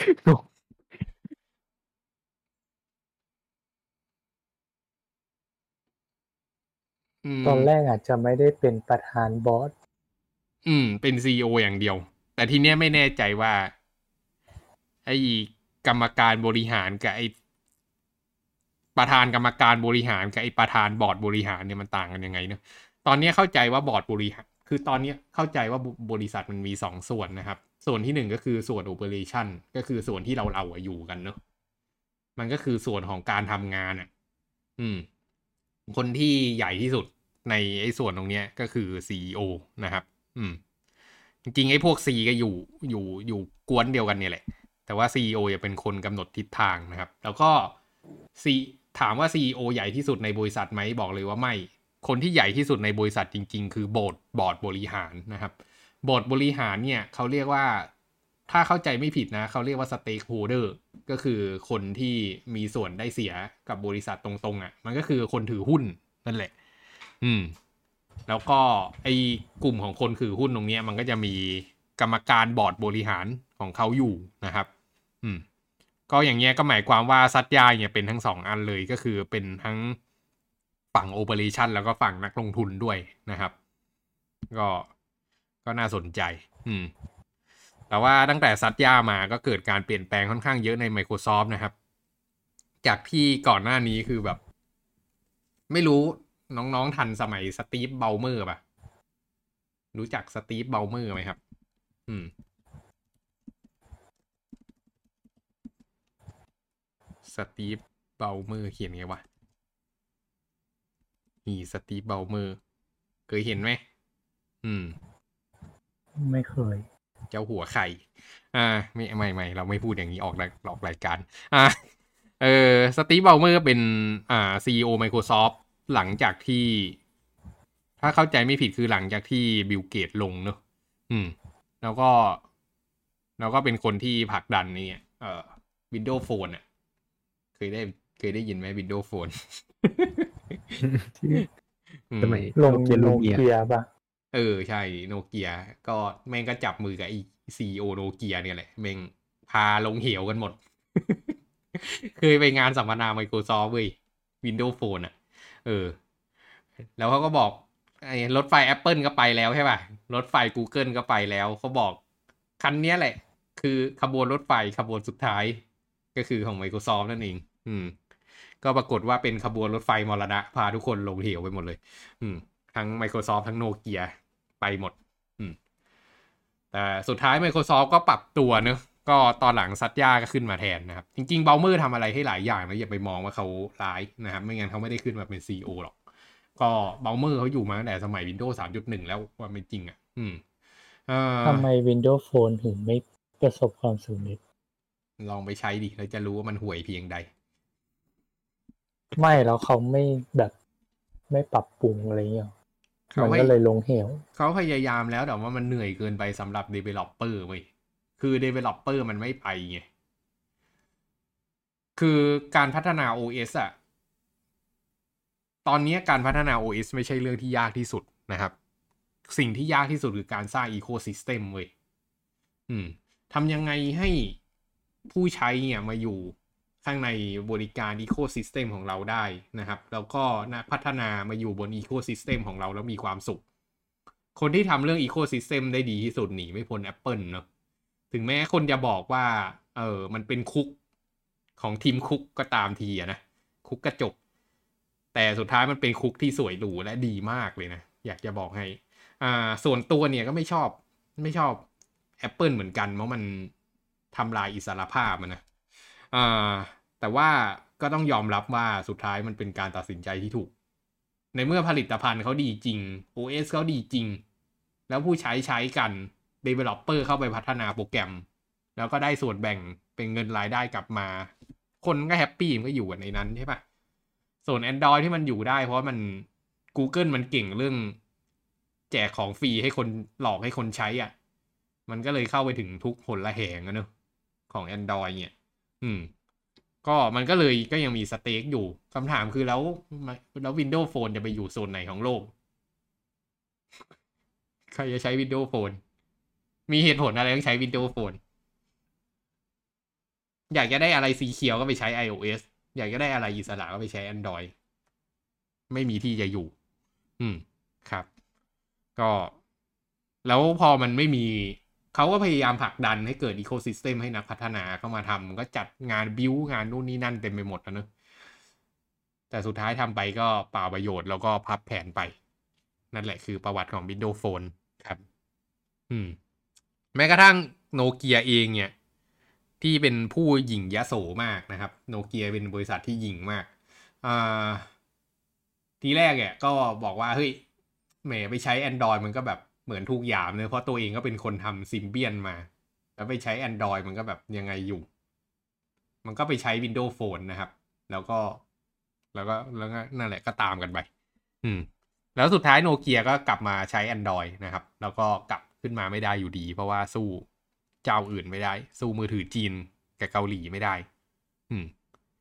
อืมตอนแรกอาจจะไม่ได้เป็นประธานบอร์ดอืม เป็น ซี อี โอ อย่างเดียว แต่ทีเนี้ยไม่แน่ใจว่า ไอ้กรรมการบริหารกับไอ้ประธานกรรมการบริหารกับไอ้ประธานบอร์ดบริหารเนี่ยมันต่างกันยังไงเนอะตอนนี้เข้าใจว่าบอร์ดบริหารคือตอนนี้เข้าใจว่าบริษัทมันมีสองส่วนนะครับ ส่วนที่หนึ่งก็คือส่วนโอเปอเรชั่นก็คือส่วนที่เราเราอยู่กันเนอะมันก็คือส่วนของการทำงานอ่ะ อืม คนที่ใหญ่ที่สุดในไอ้ส่วนตรงเนี้ยก็คือ ซี อี โอ นะครับ อืม จริงๆไอ้พวก C ก็อยู่อยู่อยู่กวนเดียวกันเนี่ยแหละ แต่ว่า ซี อี โอ จะเป็นคนกำหนดทิศทางนะครับ แล้วก็ C ถามว่า ซี อี โอ ใหญ่ที่สุดในบริษัทไหมบอกเลยว่าไม่ คนที่ใหญ่ที่สุดในบริษัทจริงๆ คือบอร์ดบอร์ดบริหารนะครับ บอร์ดบริหารเนี่ยเขาเรียกว่าถ้าเข้าใจไม่ผิดนะเขาเรียกว่า stakeholder ก็คือคนที่มีส่วนได้เสียกับบริษัทตรงๆอ่ะมันก็คือคนถือหุ้นนั่นแหละ อืม แล้วก็ไอ้กลุ่มของคนถือหุ้นตรงนี้มันก็จะมีกรรมการบอร์ดบริหารของเขาอยู่นะครับ อืม ก็อย่างเงี้ยก็หมายความว่าซัตยาเนี่ยเป็นทั้งสองอันเลยก็คือเป็นทั้งฝั่งโอเปอเรชั่นแล้วก็ฝั่งนักลงทุนด้วยนะครับ ก็ก็น่าสนใจ อืม แต่ว่าตั้งแต่ซัตยามาก็เกิดการเปลี่ยนแปลงค่อนข้างเยอะใน Microsoft นะครับ จากที่ก่อนหน้านี้คือแบบ ไม่รู้น้องๆทันสมัยสตีฟเบลเมอร์ป่ะรู้จักสตีฟเบลเมอร์ไหมครับ อืมสตีฟเบลเมอร์เขียนไงวะนี่สตีฟเบลเมอร์เคยเห็นไหมอืมไม่เคยเจ้าหัวไข่ อ่า ไม่ไม่ไม่เราไม่พูดอย่างนี้ออกออกรายการ อ่า เออสตีฟเบลเมอร์เป็น อ่า ซี อี โอ Microsoft หลังจากที่ ถ้าเข้าใจไม่ผิดคือหลังจากที่บิลเกตลงเนอะอืม แล้วก็ แล้วก็เป็นคนที่ผลักดันนี่เอ่อ Windows Phone อ่ะเคยได้เคยได้ยินไหม Windows Phone สมัยลงโนเกียโนลูเมียเกียป่ะเออใช่โนเกียก็แม่งก็จับมือกับไอ้ซีอีโอโนเกียเนี่ยแหละแม่งพาลงเหวกันหมด เคยไปงานสัมมนา Microsoft เว้ย Windows Phone อ่ะเออแล้วเขาก็บอกไอ้รถไฟ Apple ก็ไปแล้วใช่ป่ะรถไฟ Google ก็ไปแล้วเขาบอกคันนี้แหละ คือขบวนรถไฟขบวนสุดท้ายก็คือของ Microsoft นั่นเองอืมก็ปรากฏว่าเป็นขบวนรถไฟมรณะพาทุกคนลงเหวไปหมดเลยอืมทั้ง Microsoft ทั้งโนเกียไปหมดอืมแต่สุดท้าย Microsoft ก็ปรับตัวเนอะก็ตอนหลังซัตยาก็ขึ้นมาแทนนะครับจริงๆเบลเมอร์ทำอะไรให้หลายอย่างนะอย่าไปมองว่าเขาร้ายนะครับไม่งั้นเขาไม่ได้ขึ้นมาเป็น ซี อี โอ หรอกก็เบลเมอร์เขาอยู่มาตั้งแต่สมัย Windows สามจุดหนึ่ง แล้วว่าไม่จริงอ่ะอืมทำไม Windows Phone ถึงไม่ประสบความสำเร็จลองไปใช้ดิแล้วจะรู้ว่ามันห่วยเพียงใดไม่แล้วเขาไม่แบบไม่ปรับปรุงอะไรเงี้ยมันก็เลยลงเหวเขาพยายามแล้วแต่ว่ามันเหนื่อยเกินไปสำหรับ developer เว้ยคือ developer มันไม่ไปไงคือการพัฒนา โอ เอส อ่ะตอนนี้การพัฒนา โอ เอส ไม่ใช่เรื่องที่ยากที่สุดนะครับสิ่งที่ยากที่สุดคือการสร้าง ecosystem เว้ยอืมทำยังไงให้ผู้ใช้เนี่ยมาอยู่ข้างในบริการ ecosystem ของเราได้นะครับแล้วก็นักพัฒนามาอยู่บน ecosystem ของเราแล้วมีความสุขคนที่ทำเรื่อง ecosystem ได้ดีที่สุดหนีไม่พ้น Apple เนอะถึงแม้คนจะบอกว่าเออมันเป็นคุกของทีมคุกก็ตามทีอะนะคุกกระจกแต่สุดท้ายมันเป็นคุกที่สวยหรูและดีมากเลยนะอยากจะบอกให้อ่าส่วนตัวเนี่ยก็ไม่ชอบไม่ชอบ Apple เหมือนกันเพราะมันทำลายอิสรภาพมันนะอ่าแต่ว่าก็ต้องยอมรับว่าสุดท้ายมันเป็นการตัดสินใจที่ถูกในเมื่อผลิตภัณฑ์เขาดีจริง โอ เอส เขาดีจริงแล้วผู้ใช้ใช้กัน developer เข้าไปพัฒนาโปรแกรมแล้วก็ได้ส่วนแบ่งเป็นเงินรายได้กลับมาคนก็แฮปปี้มันก็อยู่กันในนั้นใช่ปะส่วน Android ที่มันอยู่ได้เพราะมัน Google มันเก่งเรื่องแจกของฟรีให้คนหลอกให้คนใช้อ่ะมันก็เลยเข้าไปถึงทุกผลละแหงอะเนอะของ Android เนี่ยอืมก็มันก็เลยก็ยังมีสเต็กอยู่คำถามคือแล้วแล้ว Windows Phone จะไปอยู่โซนไหนของโลกใครจะใช้ Windows Phone มีเหตุผลอะไรต้องใช้ Windows Phone อยากจะได้อะไรสีเขียวก็ไปใช้ iOS อยากจะได้อะไรอิสระก็ไปใช้ Android ไม่มีที่จะอยู่อืมครับก็แล้วพอมันไม่มีเขาก็พยายามผลักดันให้เกิด ecosystem ให้นักพัฒนาเข้ามาทำก็จัดงานบิวงานนู่นนี่นั่นเต็มไปหมดนะเนอะแต่สุดท้ายทำไปก็เปล่าประโยชน์แล้วก็พับแผนไปนั่นแหละคือประวัติของ Windows Phone ครับอืมแม้กระทั่งโนเกียเองเนี่ยที่เป็นผู้หยิ่งยโสมากนะครับโนเกียเป็นบริษัทที่หยิ่งมากอ่าทีแรกเนี่ยก็บอกว่าเฮ้ยแหมไปใช้ Android มันก็แบบเหมือนถูกหยามเลยเพราะตัวเองก็เป็นคนทำซิมเบียนมาแล้วไปใช้ Android มันก็แบบยังไงอยู่มันก็ไปใช้ Windows Phone นะครับแล้วก็แล้วก็แล้วก็นั่นแหละก็ตามกันไปอืมแล้วสุดท้ายโนเกียก็กลับมาใช้ Android นะครับแล้วก็กลับขึ้นมาไม่ได้อยู่ดีเพราะว่าสู้เจ้าอื่นไม่ได้สู้มือถือจีนกับเกาหลีไม่ได้อืม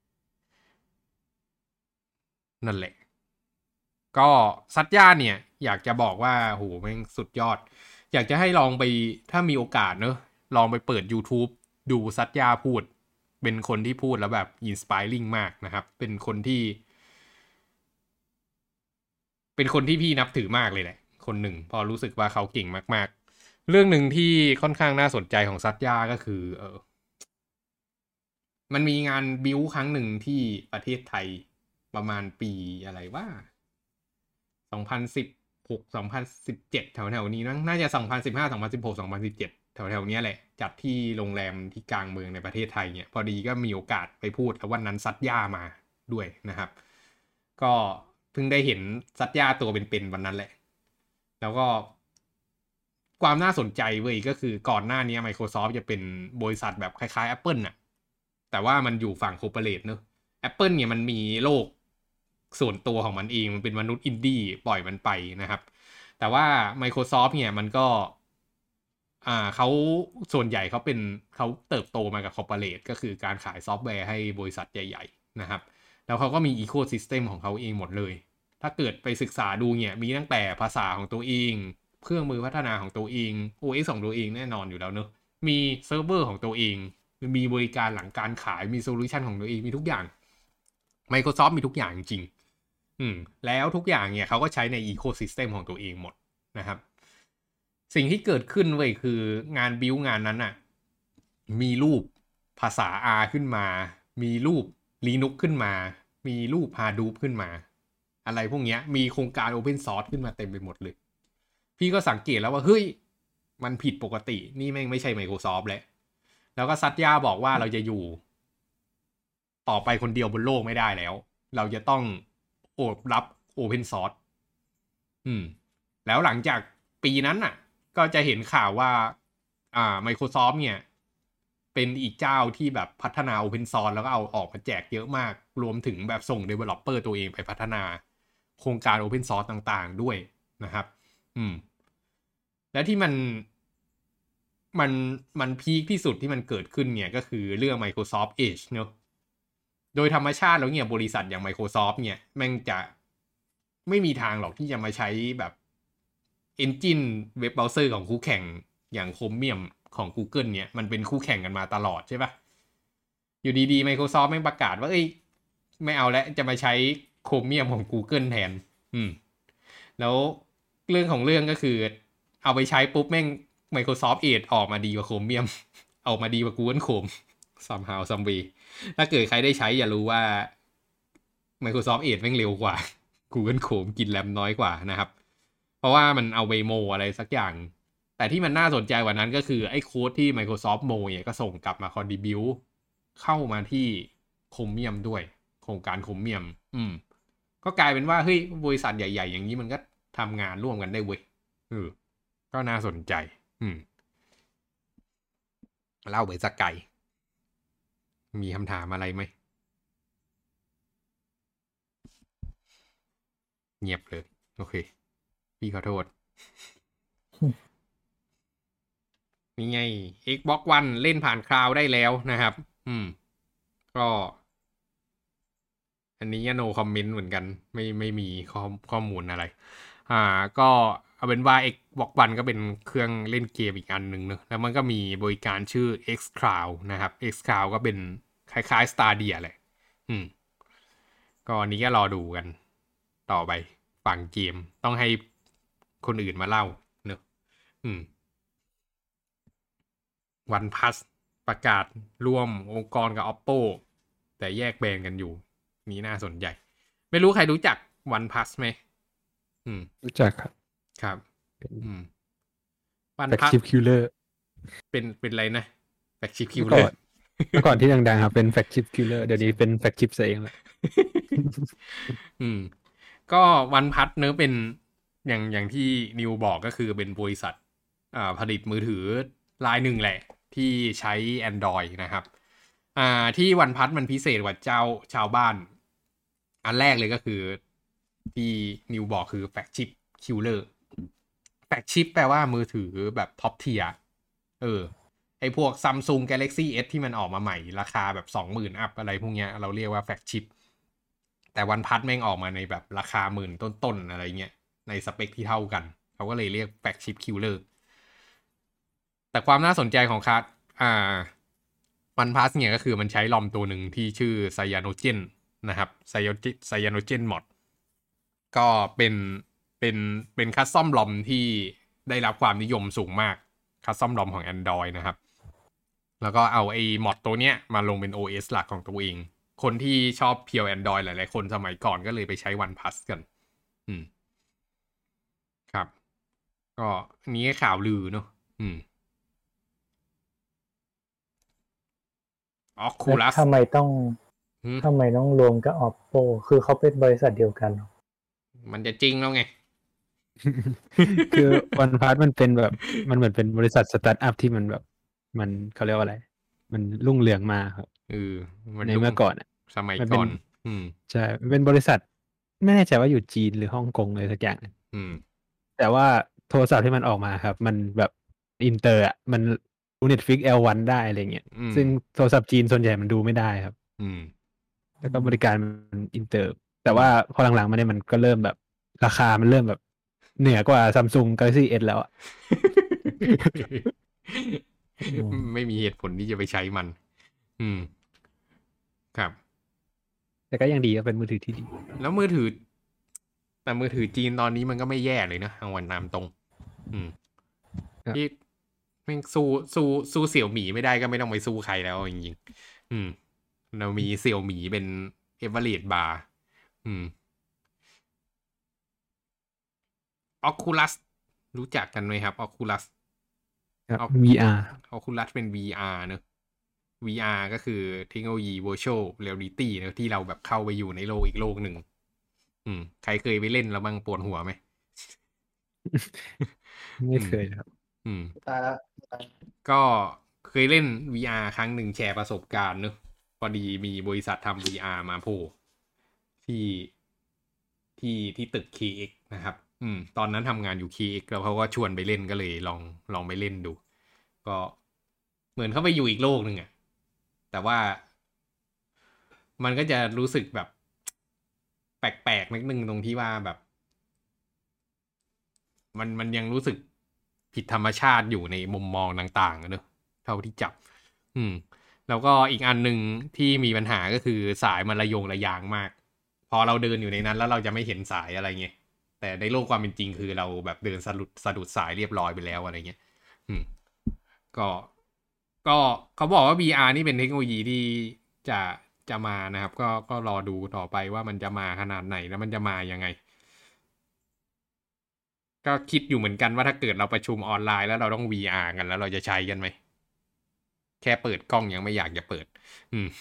นั่นแหละก็ซัตยาเนี่ยอยากจะบอกว่าโหแม่งสุดยอดอยากจะให้ลองไปถ้ามีโอกาสเนอะลองไปเปิด YouTube ดูซัตยาพูดเป็นคนที่พูดแล้วแบบ inspiring มากนะครับเป็นคนที่เป็นคนที่พี่นับถือมากเลยแหละคนหนึ่งพอรู้สึกว่าเขาเก่งมากๆเรื่องหนึ่งที่ค่อนข้างน่าสนใจของซัตยาก็คือเออมันมีงานบิวครั้งหนึ่งที่ประเทศไทยประมาณปีอะไรว่าสองพันสิบหก สองพันสิบเจ็ดแถวๆนี้นะน่าจะสองพันสิบห้า สองพันสิบหก สองพันสิบเจ็ดแถวๆนี้แหละจัดที่โรงแรมที่กลางเมืองในประเทศไทยเนี่ยพอดีก็มีโอกาสไปพูดแล้ววันนั้นซัตยามาด้วยนะครับก็เพิ่งได้เห็นซัตยาตัวเป็นๆวันนั้นแหละแล้วก็ความน่าสนใจเว้ยก็คือก่อนหน้านี้ Microsoft จะเป็นบริษัทแบบคล้ายๆ Apple น่ะแต่ว่ามันอยู่ฝั่งคอร์ปอเรทเนอะ Apple เนี่ยมันมีโลกส่วนตัวของมันเองมันเป็นมนุษย์อินดี้ปล่อยมันไปนะครับแต่ว่า Microsoft เนี่ยมันก็อ่าเขาส่วนใหญ่เขาเป็นเขาเติบโตมากับคอร์ปอเรทก็คือการขายซอฟต์แวร์ให้บริษัทใหญ่นะครับแล้วเขาก็มีอีโคซิสเต็มของเขาเองหมดเลยถ้าเกิดไปศึกษาดูเนี่ยมีตั้งแต่ภาษาของตัวเองเครื่องมือพัฒนาของตัวเอง โอ เอส ของตัวเองแน่นอนอยู่แล้วเนอะมีเซิร์ฟเวอร์ของตัวเองมีบริการหลังการขายมีโซลูชันของตัวเองมีทุกอย่าง Microsoft มีทุกอย่างจริงอืมแล้วทุกอย่างเนี่ยเขาก็ใช้ในอีโคซิสเต็มของตัวเองหมดนะครับสิ่งที่เกิดขึ้นเว้ยคืองานบิวงานนั้นน่ะมีรูปภาษา R ขึ้นมามีรูป Linux ขึ้นมามีรูป Hadoop ขึ้นมาอะไรพวกเนี้ยมีโครงการ Open Source ขึ้นมาเต็มไปหมดเลยพี่ก็สังเกตแล้วว่าเฮ้ยมันผิดปกตินี่แม่งไม่ใช่ Microsoft แล้วแล้วก็ซัตยาบอกว่าเราจะอยู่ต่อไปคนเดียวบนโลกไม่ได้แล้วเราจะต้องโอบรับ Open Source อืมแล้วหลังจากปีนั้นน่ะก็จะเห็นข่าวว่าอ่า Microsoft เนี่ยเป็นอีกเจ้าที่แบบพัฒนา Open Source แล้วก็เอาออกมาแจกเยอะมากรวมถึงแบบส่ง Developer ตัวเองไปพัฒนาโครงการ Open Source ต่างๆด้วยนะครับอืมแล้วที่มันมันมันพีคที่สุดที่มันเกิดขึ้นเนี่ยก็คือเรื่อง Microsoft Edge เนอะโดยธรรมชาติแล้วเนี่ยบริษัทอย่าง Microsoft เนี่ยแม่งจะไม่มีทางหรอกที่จะมาใช้แบบ Engine เว็บเบราว์เซอร์ของคู่แข่งอย่าง Chromium ของ Google เนี่ยมันเป็นคู่แข่งกันมาตลอดใช่ปะอยู่ดีๆ Microsoft แม่งประกาศว่าเอ้ยไม่เอาแล้วจะมาใช้ Chromium ของ Google แทนอืมแล้วเรื่องของเรื่องก็คือเอาไปใช้ปุ๊บแม่ง Microsoft Edge ออกมาดีกว่า Chromium ออกมาดีกว่า Google Chrome somehow some way ถ้าเกิดใครได้ใช้อย่ารู้ว่า Microsoft Edge แม่งเร็วกว่า Google Chrome กินแรมน้อยกว่านะครับเพราะว่ามันเอาไปโมอะไรสักอย่างแต่ที่มันน่าสนใจกว่านั้นก็คือไอ้โค้ดที่ Microsoft โมเนี่ยก็ส่งกลับมา contribute เข้ามาที่ Chromium ด้วยโครงการ Chromium อืมก็กลายเป็นว่าเฮ้ยบริษัทใหญ่ๆอย่างนี้มันก็ทำงานร่วมกันได้เว้ยเออก็น่าสนใจอืมเล่าไปสักไกลมีคำถามอะไรไหมเงียบเลยโอเคพี่ขอโทษ นี่ไง Xbox One เล่นผ่านคลาวด์ได้แล้วนะครับอืมก็อันนี้ก็ no comment เหมือนกันไม่ไม่มีข้อข้อมูลอะไรอ่าก็เอาเป็นว่า Xbox One ก็เป็นเครื่องเล่นเกมอีกอันหนึ่งเนอะแล้วมันก็มีบริการชื่อ xCloud นะครับ xCloud ก็เป็นคล้ายๆ Stadia แหละอืมก็อันนี้ก็รอดูกันต่อไปฝั่งเกมต้องให้คนอื่นมาเล่าเนอะอืมOnePlus ประกาศร่วมองค์กรกับ Oppo แต่แยกแบรนด์กันอยู่นี้น่าสนใจไม่รู้ใครรู้จัก OnePlus ไหมอืมรู้จักครับครับอืม OnePlus Flagship Killer เป็นเป็นอะไรนะ Flagship เมื่อ Killer ก่อนเมื่อก่อนที่ดังๆครับเป็น Flagship Killer เดี๋ยวนี้เป็น Flagship ซะเองแล้วอืมก็ OnePlus เนอะเป็นอย่างอย่างที่นิวบอกก็คือเป็นบริษัทอ่าผลิตมือถือรายหนึ่งแหละที่ใช้ Android นะครับอ่าที่ OnePlus มันพิเศษกว่าเจ้าชาวบ้านอันแรกเลยก็คือที่นิวบอกคือ Flagship Killer Flagship แปลว่ามือถือแบบท็อปเทียร์เออไอพวก Samsung Galaxy เอส ที่มันออกมาใหม่ราคาแบบ สองหมื่น อัพอะไรพวกเนี้ยเราเรียกว่า Flagship แต่ OnePlus แม่งออกมาในแบบราคาหมื่นต้นๆอะไรเงี้ยในสเปคที่เท่ากันเขาก็เลยเรียก Flagship Killer แต่ความน่าสนใจของคัสอ่า OnePlus เนี่ยก็คือมันใช้ลอมตัวหนึ่งที่ชื่อ Cyanogen นะครับ Cyanogen Mod ก็เป็นเป็นเป็นคัสตอมลอมที่ได้รับความนิยมสูงมากคัสตอมลอมของ Android นะครับแล้วก็เอาไอ้มอดตัวเนี้ยมาลงเป็น โอ เอส หลักของตัวเองคนที่ชอบเพียว Android หลายๆคนสมัยก่อนก็เลยไปใช้ OnePlus กันอืมครับก็อันนี้ข่าวลือเนอะอืมOculus ทำไมต้องทำไมต้องรวมกับ Oppo คือเขาเป็นบริษัทเดียวกันมันจะจริงแล้วไงคือ OnePlus มันเป็นแบบมันเหมือนเป็นบริษัทสตาร์ทอัพที่มันแบบมันเขาเรียกว่าอะไรมันรุ่งเรืองมากครับเออในเมื่อก่อนอ่ะสมัยก่อนอืมใช่เป็นบริษัทไม่แน่ใจว่าอยู่จีนหรือฮ่องกงเลยสักอย่างอืมแต่ว่าโทรศัพท์ที่มันออกมาครับมันแบบอินเตอร์อ่ะมันดู Netflix แอล วัน ได้อะไรเงี้ยซึ่งโทรศัพท์จีนส่วนใหญ่มันดูไม่ได้ครับอืมแล้วก็บริการมันอินเตอร์ แต่ว่าพอหลังๆมาเนี่ยมันก็เริ่มแบบราคามันเริ่มแบบเหนือกว่า Samsung Galaxy เอส แล้วอ่ะไม่มีเหตุผลที่จะไปใช้มัน อืมครับแต่ก็ยังดีก็เป็นมือถือที่ดีแล้วมือถือ แต่มือถือจีนตอนนี้มันก็ไม่แย่เลยนะเอาวันตามตรง อืมครับที่แม่งสู้สู้สู้เสี่ยวหมีไม่ได้ก็ไม่ต้องไปสู้ใครแล้วจริงๆอืม เรามีเสี่ยวหมีเป็นเอเวอเรสต์บาร์อืม Oculus รู้จักกันไหมครับ Oculus ครับ Oc- วี อาร์ Oculus เป็น วี อาร์ เนอะ วี อาร์ ก็คือเทคโนโลยี virtual reality เนอะที่เราแบบเข้าไปอยู่ในโลกอีกโลกหนึ่ง อืม ใครเคยไปเล่นแล้วบ้างปวดหัวไหมไม่เคยครับอืมตายแล้วก็เคยเล่น วี อาร์ ครั้งหนึ่งแชร์ประสบการณ์เนอะพอดีมีบริษัททำ วี อาร์ มาโผล่ที่ที่ที่ตึก เค เอ็กซ์ นะครับ อืม ตอนนั้นทำงานอยู่ เค เอ็กซ์ แล้วเขาก็ชวนไปเล่นก็เลยลองลองไปเล่นดู ก็เหมือนเข้าไปอยู่อีกโลกหนึ่งอะแต่ว่ามันก็จะรู้สึกแบบแปลกๆนิดนึงตรงที่ว่าแบบ มันมันยังรู้สึกผิดธรรมชาติอยู่ในมุมมองต่างๆอะเนอะเท่าที่จับ อืม แล้วก็อีกอันหนึ่งที่มีปัญหาก็คือสายมันระโยงระยางมาก พอเราเดินอยู่ในนั้นแล้วเราจะไม่เห็นสายอะไรเงี้ยแต่ในโลกความเป็นจริงคือเราแบบเดินสะดุดสะดุดสายเรียบร้อยไปแล้วอะไรเงี้ย อืม ก็ก็เขาบอกว่า วี อาร์ นี่เป็นเทคโนโลยีที่จะจะมานะครับ ก็ก็รอดูต่อไปว่ามันจะมาขนาดไหนแล้วมันจะมายังไง ก็คิดอยู่เหมือนกันว่าถ้าเกิดเราประชุมออนไลน์แล้วเราต้อง วี อาร์ กันแล้วเราจะใช้กันไหมแค่เปิดกล้องยังไม่อยากจะเปิด อืม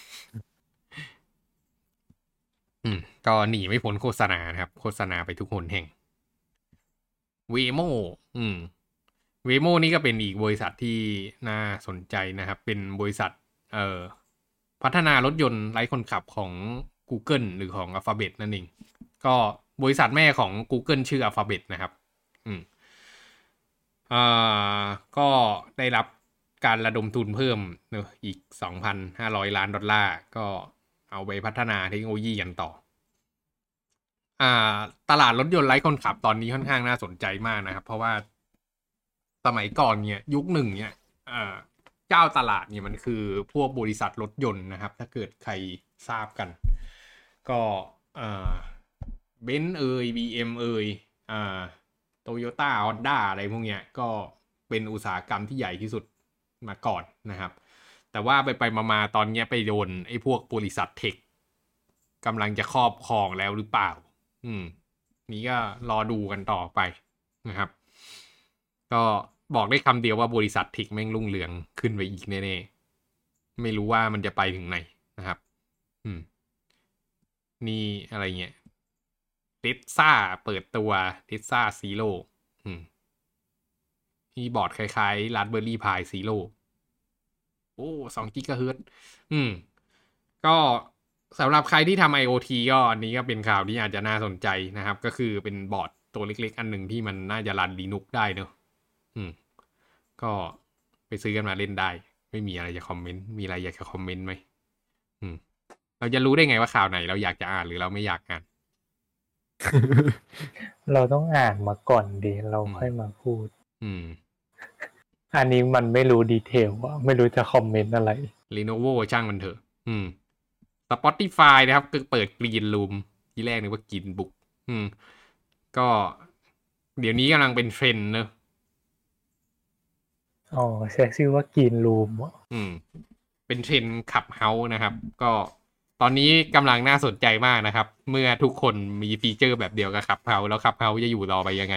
อืม ก็หนีไม่พ้นโฆษณานะครับ โฆษณาไปทุกคนแห่ง Waymo อืม Waymo นี่ก็เป็นอีกบริษัทที่น่าสนใจนะครับ เป็นบริษัท เอ่อ พัฒนารถยนต์ไร้คนขับของ Google หรือของ Alphabet นั่นเอง ก็บริษัทแม่ของ Google ชื่อ Alphabet นะครับ อืม อ่า ก็ได้รับการระดมทุนเพิ่มเนอะอีก สองพันห้าร้อย ล้านดอลลาร์ ก็เอาไปพัฒนาเทคโนโลยีกันต่อ อ่า ตลาดรถยนต์ไร้คนขับตอนนี้ค่อนข้างน่าสนใจมากนะครับ เพราะว่าสมัยก่อนเนี่ยยุคหนึ่งเนี่ยอ่าเจ้าตลาดเนี่ยมันคือพวกบริษัทรถยนต์นะครับ ถ้าเกิดใครทราบกัน ก็อ่าเบนซ์เอ่ย บี เอ็ม เอ่ยอ่าโตโยต้าฮอนด้าอะไรพวกเนี้ยก็เป็นอุตสาหกรรมที่ใหญ่ที่สุดมาก่อนนะครับ แต่ว่าไปไปมาๆตอนนี้ไปโดนไอ้พวกบริษัทเทคกำลังจะครอบครองแล้วหรือเปล่า อืม นี้ก็รอดูกันต่อไปนะครับ ก็บอกได้คำเดียวว่าบริษัทเทคแม่งรุ่งเรืองขึ้นไปอีกแน่ๆไม่รู้ว่ามันจะไปถึงไหนนะครับ อืม นี่อะไรเงี้ยเทสซาเปิดตัวเทสซาซีโร่อืมคีย์บอร์ดคล้ายๆ Raspberry Pi Zero โอ้สองกิกะเฮิรตซ์อืม ก็สำหรับใครที่ทำ IoT ก็อันนี้ก็เป็นข่าวที่อาจจะน่าสนใจนะครับ ก็คือเป็นบอร์ดตัวเล็กๆ อันหนึ่งที่มันน่าจะรัน Linux ได้เนอะอืม ก็ไปซื้อกันมาเล่นได้ ไม่มีอะไรจะคอมเมนต์ มีอะไรอยากจะคอมเมนต์ไหมอืม เราจะรู้ได้ไงว่าข่าวไหนเราอยากจะอ่านหรือเราไม่อยากอ่านเราต้องอ่านมาก่อนดีเราอืมค่อยมาพูดอืมอันนี้มันไม่รู้ดีเทลว่าไม่รู้จะคอมเมนต์อะไร Lenovo ช่างมันเถอะ อืม Spotify นะครับก็เปิด Green Room ที่แรกนึกว่ากินบุก อืม ก็เดี๋ยวนี้กำลังเป็นเทรนด์เนอะอ๋อใช้ชื่อว่ากินรูมอืม เป็นเทรนด์ขับเฮาส์นะครับ ก็ตอนนี้กำลังน่าสนใจมากนะครับ เมื่อทุกคนมีฟีเจอร์แบบเดียวกับขับเฮาส์แล้วขับเฮาส์จะอยู่ต่อไปยังไง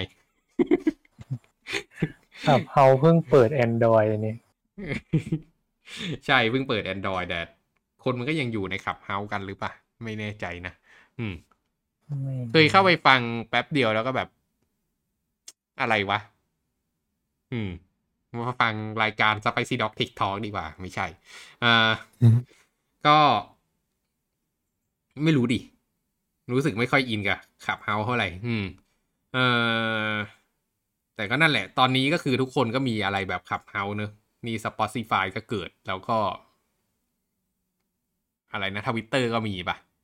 ครับเฮาเพิ่งเปิด Android นี่ใช่เพิ่งเปิด Android แต่คนมันก็ยังอยู่ในขับเฮาส์กันหรือเปล่าไม่แน่ใจนะ อืมไม่เคยเข้าไปฟังแป๊บเดียวแล้วก็แบบ อะไรวะ อืม มาฟังรายการ Spicy Dog Tech Talk ดีกว่า ไม่ใช่ อ่า ก็ ไม่รู้ดิ รู้สึกไม่ค่อยอินกับขับเฮาเท่าไหร่ อืม เออแต่ก็นั่นแหละ ตอนนี้ก็คือทุกคนก็มีอะไรแบบขับเฮาเนอะนี่ Spotify ก็เกิด แล้วก็ อะไรนะ Twitter ก็มีปะ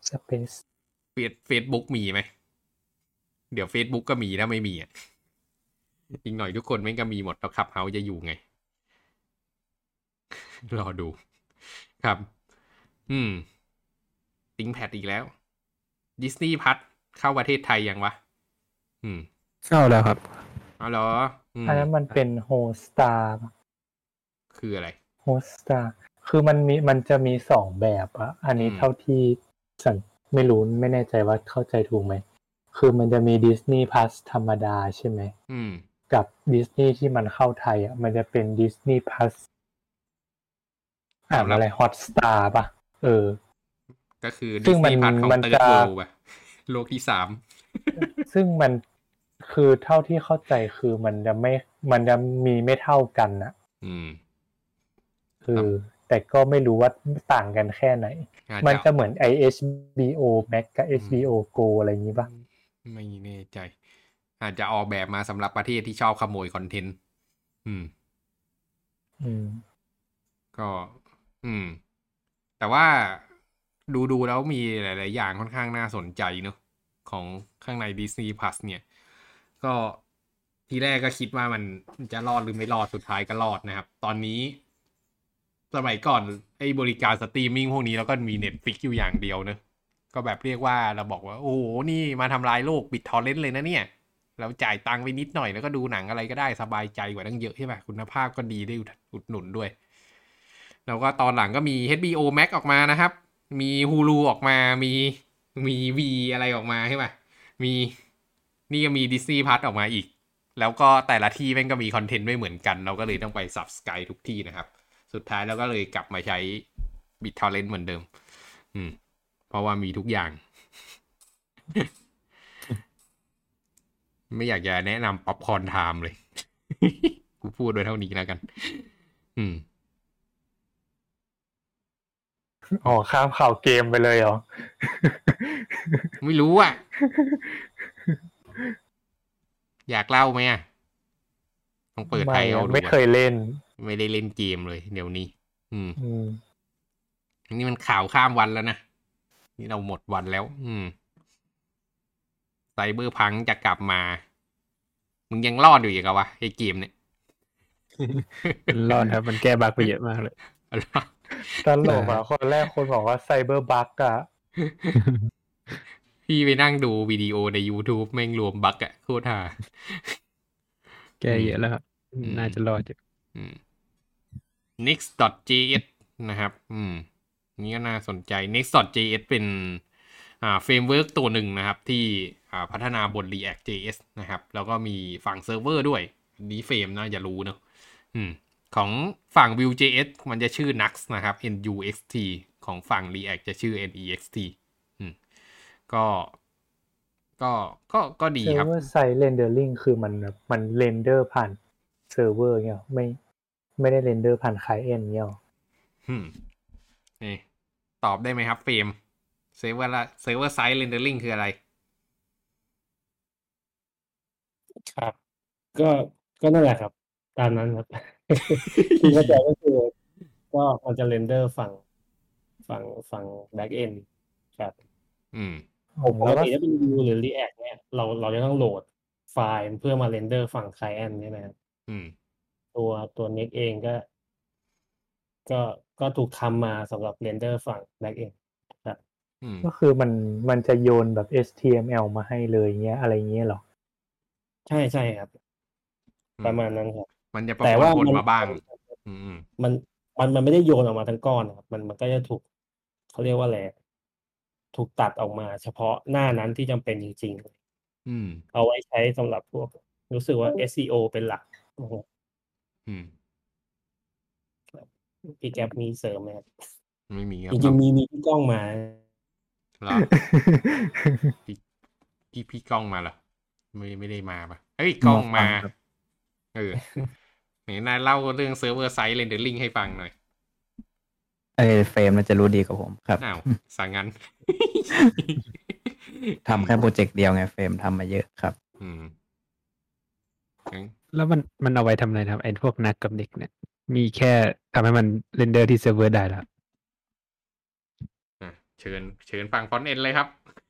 Space เฟซเฟซบุ๊กมีไหมเดี๋ยว Facebook ก็มีถ้าไม่มีอ่ะอีกหน่อยทุกคนแม่งก็มีหมดแล้วครับเฮาจะอยู่ไง รอดูครับ อืมติงแพดอีกแล้วดิสนีย์พัทเข้าประเทศไทยยังวะอืมเข้าแล้วครับอ๋อเหรออืมอันนั้นมันเป็น Hotstar คืออะไร Hotstar คือมันมีมันจะมีสองแบบอะอันนี้อืมเท่าที่สังไม่รู้ไม่แน่ใจว่าเข้าใจถูกไหมคือมันจะมี Disney Plus ธรรมดาใช่ไหมอืมกับ Disney ที่มันเข้าไทยอะมันจะเป็น Disney Plus อ่านว่าอะไร Hotstar ป่ะเออก็คือซึ่ดิงสมันีนย์พัทของมันเติจะร์ดเวิลด์ป่ะโลกที่สามซึ่งมันคือเท่าที่เข้าใจคือมันจะไม่มันจะมีไม่เท่ากันนะอืมคือแต่ก็ไม่รู้ว่าต่างกันแค่ไหนอาจมันจะจะเหมือน ไอ เอช บี โอ Max กับอืมเอช บี โอ Go อะไรอย่างนี้ป่ะไม่แน่ใจ อาจจะออกแบบมาสำหรับประเทศที่ชอบขโมยคอนเทนต์ อืมอืมก็ อืม แต่ว่าดูดูแล้วมีหลาย ๆ อย่างค่อนข้างน่าสนใจเนอะของข้างใน Disney Plus เนี่ย ก็ทีแรกก็คิดว่ามันจะรอดหรือไม่รอดสุดท้ายก็รอดนะครับ ตอนนี้ สมัยก่อนไอ้บริการสตรีมมิ่งพวกนี้แล้วก็มี Netflix อยู่อย่างเดียวเนอะก็แบบเรียกว่าเราบอกว่า โอ้โห นี่มาทำลายโลกบิตทอร์เรนต์เลยนะเนี่ย เราจ่ายตังค์ไปนิดหน่อยแล้วก็ดูหนังอะไรก็ได้สบายใจกว่าตั้งเยอะใช่ป่ะคุณภาพก็ดีได้อุดหนุนด้วย แล้วก็ตอนหลังก็มี เอช บี โอ Max ออกมานะครับ มี Hulu ออกมา มี มี V อะไรออกมาใช่ป่ะ มี นี่ก็มี Disney Plus ออกมาอีก แล้วก็แต่ละที่แม่งก็มีคอนเทนต์ไม่เหมือนกัน เราก็เลยต้องไป Subscribe ทุกที่นะครับ สุดท้ายเราก็เลยกลับมาใช้ BitTorrent เหมือนเดิม อืม เพราะว่ามีทุกอย่าง ไม่อยากจะแนะนำ Popcorn Time เลย กูพูดโดยเท่านี้แล้วกัน อืมอ๋อข้ามข่าวเกมไปเลยเหรอไม่รู้อ่ะ อยากเล่าไหมอ่ะต้องเปิดไทยเอาดูไม่เคยเล่นไม่ได้เล่นเกมเลยเดี๋ยวนี้ อืมอืมนี่มันข่าวข้ามวันแล้วนะ นี่เราหมดวันแล้ว อืมไซเบอร์พังจะกลับมา มึงยังรอดอยู่อีกเหรอวะไอ้เกมเนี่ยรอดครับ มันแก้บั๊กไปเยอะมากเลยตลกอ่ะคนแรกคนบอกว่าไซเบอร์บัคอ่ะพี่ไปนั่งดูวิดีโอใน YouTube แม่งรวมบั๊กอะโคตรห่าแก้เยอะแล้วครับอืมน่าจะรอดอยู่อืม next.js นะครับ อืม นี่ก็น่าสนใจ next.js เป็นอ่าเฟรมเวิร์กตัวหนึ่งนะครับ ที่อ่าพัฒนาบน React.js นะครับ แล้วก็มีฝั่งเซิร์ฟเวอร์ด้วยอันนี้เฟรมน่าจะรู้เนอะอืม ของฝั่ง Vue.js มันจะชื่อ Nux นะครับ N U X T ของฝั่ง React จะชื่อ N E X T อืม ก็ ก็ ก็ ก็ดีเซิร์คฟรับเวอร์ไซด์เรนเดอร์ลิงคือมันแบบมันเรนเดอร์ผ่านเซิร์ฟเวอร์เงี้ยไม่ไม่ได้เรนเดอร์ผ่านไคลเอนต์เงี้ยอืม นี่ ตอบได้ไหมครับเฟรมเซิร์ฟเวอร์ละเซิร์ฟเวอร์ไซด์เรนเดอร์ลิงคืออะไรครับ ก็ก็นั่นแหละครับ ตามนั้นครับ ที่เข้าใจก็คือก็มันจะเรนเดอร์ฝั่งฝั่งฝั่งแบ็กเอนด์ครับอืมปกติถ้าเป็น Vue หรือ React เนี่ยเราเราจะต้องโหลดไฟล์เพื่อมาเรนเดอร์ฝั่ง Client ใช่ไหมครับอืมตัวตัว Next เองก็ ก็ก็ถูกทำมาสำหรับเรนเดอร์ฝั่ง Back End ครับอืมก็คือมันมันจะโยนแบบ เอส ที เอ็ม แอล มาให้เลยเงี้ยอะไรเงี้ยหรอใช่ใช่ครับ ประมาณนั้นครับมันจะประแต่มวลว่าผลมันมาบ้าง อืมมันมันมันไม่ได้โยนออกมาทั้งก้อนนะครับ มันมันก็จะถูกเขาเรียกว่าอะไรถูกตัดออกมาเฉพาะหน้านั้นที่จำเป็นจริงอืมๆ เอาไว้ใช้สำหรับพวกรู้สึกว่า เอส อี โอ เป็นหลักนะครับอืมพี่แก๊ปมีเสริมไหมครับไม่มีครัจบริงๆมีมีพี่กล้องมาเหรอ พี่พี่พี่กล้องมาเหรอ ไม่ไม่ได้มาปะเอ้ยกล้องมาครับเออไหนนายเล่าเรื่องเซิร์ฟเวอร์ไซต์เรนเดอร์ลิงให้ฟังหน่อยเออเฟรมมันจะรู้ดีกว่าผมครับอ้าวสั่งงั้นทำแค่โปรเจกต์เดียวไงเฟรมทำมาเยอะครับอืมงั้นแล้วมันมันเอาไว้ทำอะไรนะครับไอ้พวกนักกับเด็กเนี่ย มีแค่ทำให้มันเรนเดอร์ที่เซิร์ฟเวอร์ได้แล้วอ่ะเชิญเชิญฟังฟอนต์เอ็นเลยครับ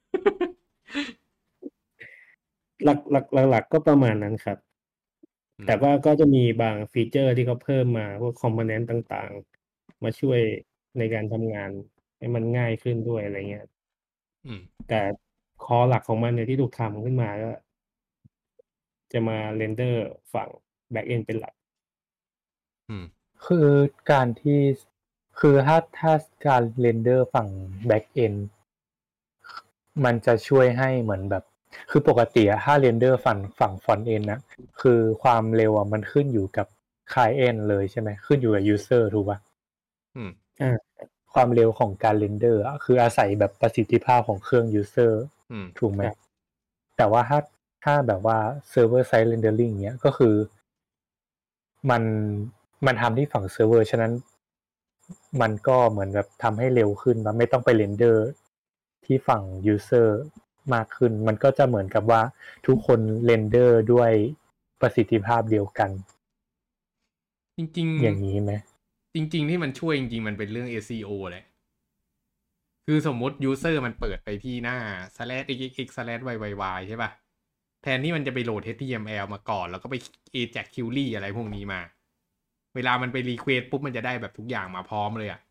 หลักหลักหลักๆก็ประมาณนั้นครับอืมแต่ว่าก็จะมีบางฟีเจอร์ที่เขาเพิ่มมาพวกคอมโพเนนต์ต่างๆ มาช่วยในการทำงานให้มันง่ายขึ้นด้วยอะไรเงี้ยอืมแต่คอหลักของมันเนี่ยที่ถูกทำขึ้นมาก็ จะมาเรนเดอร์ฝั่ง back end เป็นหลักอืมคือการที่คือถ้าถ้าการเรนเดอร์ฝั่ง back end มันจะช่วยให้เหมือนแบบคือปกติอะถ้าเรนเดอร์ฝั่งฝั่ง front end นะคือความเร็วอะมันขึ้นอยู่กับ client เลยใช่ไหมขึ้นอยู่กับ user ถูกป่ะอืมอ่าความเร็วของการเรนเดอร์อะคืออาศัยแบบประสิทธิภาพของเครื่อง user อืมถูกไหมครับแต่ว่าถ้าถ้าแบบว่า server side rendering เนี้ยก็คือมันมันทำที่ฝั่ง server ฉะนั้นมันก็เหมือนแบบทำให้เร็วขึ้นแล้วไม่ต้องไปเรนเดอร์ที่ฝั่ง user มากขึ้นมันก็จะเหมือนกับว่าทุกคนเรนเดอร์ด้วยประสิทธิภาพเดียวกันจริงๆอย่างนี้ไหมจริง ๆ ที่มันช่วยจริงๆ มันเป็นเรื่อง เอส อี โอ แหละ คือสมมุติ user มันเปิดไปที่หน้า slash xxx slash yyyy ใช่ป่ะ แทนที่มันจะไปโหลด เอช ที เอ็ม แอล มาก่อน แล้วก็ไป ajax query อะไรพวกนี้มา เวลามันไป request ปุ๊บมันจะได้แบบทุกอย่างมาพร้อมเลยอะ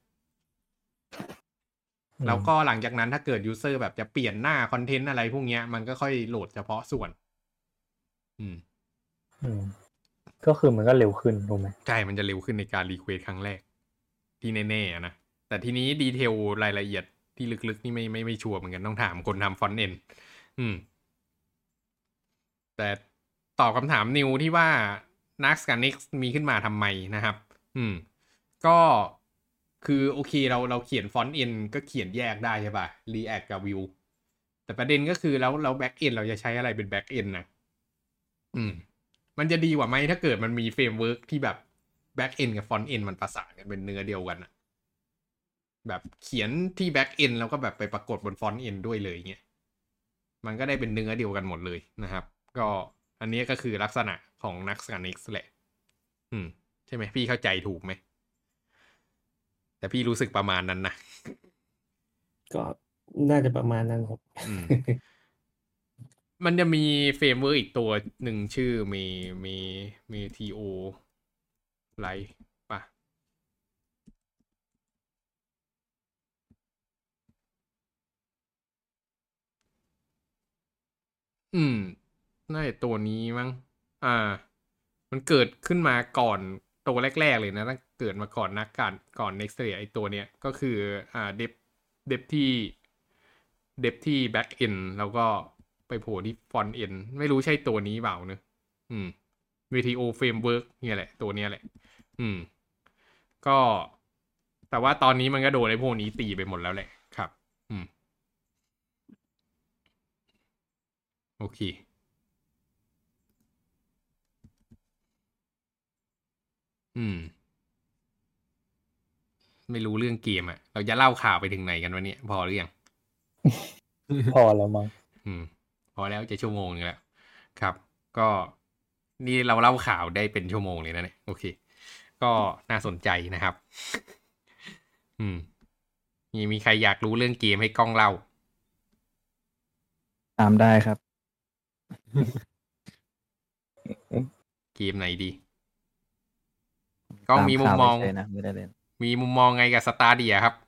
แล้วก็หลังจากนั้นถ้าเกิด user แบบจะเปลี่ยนหน้าคอนเทนต์อะไรพวกเนี้ยมันก็ค่อยโหลดเฉพาะส่วน อืมอืมก็คือมันก็เร็วขึ้นถูกไหมใช่ มันจะเร็วขึ้นในการ request ครั้งแรก ที่แน่ๆนะ แต่ทีนี้ดีเทลรายละเอียดที่ลึกๆนี่ไม่ไม่ไม่ชัวร์เหมือนกันต้องถามคนทำฟอนต์เอนอืม แต่ตอบคำถามนิวที่ว่า Nux กับ Nix มีขึ้นมาทำไมนะครับ อืม ก็คือโอเคเราเราเขียนฟอนต์เอนก็เขียนแยกได้ใช่ป่ะ React กับ Vue แต่ประเด็นก็คือแล้วเรา back end เราจะใช้อะไรเป็น back end นะอืม มันจะดีกว่าไหมถ้าเกิดมันมีเฟรมเวิร์กที่แบบ back end กับ front end มันประสานกันเป็นเนื้อเดียวกันนะแบบเขียนที่ back end แล้วก็แบบไปปรากฏบน front end ด้วยเลยเงี้ยมันก็ได้เป็นเนื้อเดียวกันหมดเลยนะครับก็อันนี้ก็คือลักษณะของ Nux กับ Nix แหละอืมใช่ไหมพี่เข้าใจถูกไหมแต่พี่รู้สึกประมาณนั้นนะก็น่าจะประมาณนั้นครับอืม มันจะมีเฟรมเวิร์กอีกตัวหนึ่งชื่อมีมีมี ที โอ ไรป่ะอืมน่าจะตัวนี้มั้งอ่า มันเกิดขึ้นมาก่อนตัวแรกๆเลยนะตั้งเกิดมาก่อนนักการก่อน Next ไอตัวเนี้ยก็คืออ่าเดฟเดฟที่เดฟที่ back end แล้วก็ไปโผล่ที่ front end ไม่รู้ใช่ตัวนี้เปล่าเนอะอืม วี ที โอ framework เนี่ยแหละตัวเนี้ยแหละ อืม ก็แต่ว่าตอนนี้มันก็โดนไอ้พวกนี้ตีไปหมดแล้วแหละครับ อืม โอเค อืม ไม่รู้เรื่องเกมอะเราจะเล่าข่าวไปถึงไหนกันวะเนี่ยพอหรือยังพอแล้วมั้งอืม พอแล้วจะชั่วโมงนึงแล้วครับ ก็นี่เราเล่าข่าวได้เป็นชั่วโมงเลยนะเนี่ยโอเค ก็น่าสนใจนะครับ อืมมีมีใครอยากรู้เรื่องเกมให้กล้องเล่าตามได้ครับเกมไหนดีกล้องมีมุมมองตาข่าวไใช่นะไม่ได้เล่นมีมุมมองไงกับสตาร์เดียครับ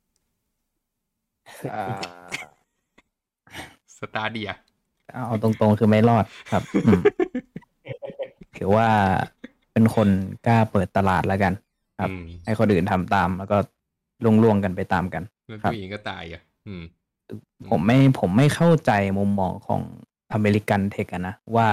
อ่าสตาร์เดียเอาตรงๆคือไม่รอดครับ อืมถือว่าเป็นคนกล้าเปิดตลาดแล้วกัน ครับอืมให้คนอื่นทำตาม แล้วก็ล่วงๆกันไปตามกันแล้วครับผู้หญิงก็ตายอ่ะ อืมผมไม่ผมไม่เข้าใจมุมมองของอเมริกันเทคอะนะว่า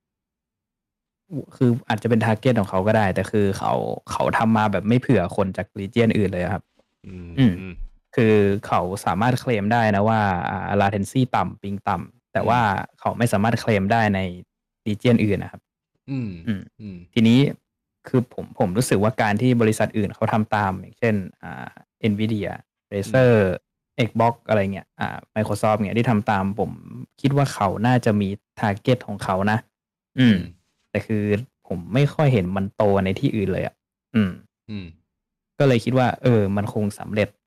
คืออาจจะเป็นทาร์เก็ตของเขาก็ได้ แต่คือเขาเขาทำมาแบบไม่เผื่อคนจากรีเจียนอื่นเลยครับอืมอืมอืมคือเขาสามารถเคลมได้นะว่าอ่า latency ต่ำปิงต่ำแต่ว่าเขาไม่สามารถเคลมได้ในรีเจียนอื่นนะครับอืมอืมอืมทีนี้คือผมผมรู้สึกว่าการที่บริษัทอื่นเขาทำตาม อย่างเช่นอ่า Nvidia Razer Xbox อะไรเงี้ยอ่า Microsoft เงี้ยที่ทำตามผมคิดว่าเขาน่าจะมี target ของเขานะ อืม แต่คือผมไม่ค่อยเห็นมันโตในที่อื่นเลยอ่ะ อืมอืมก็เลยคิดว่า เออ มันคงสำเร็จ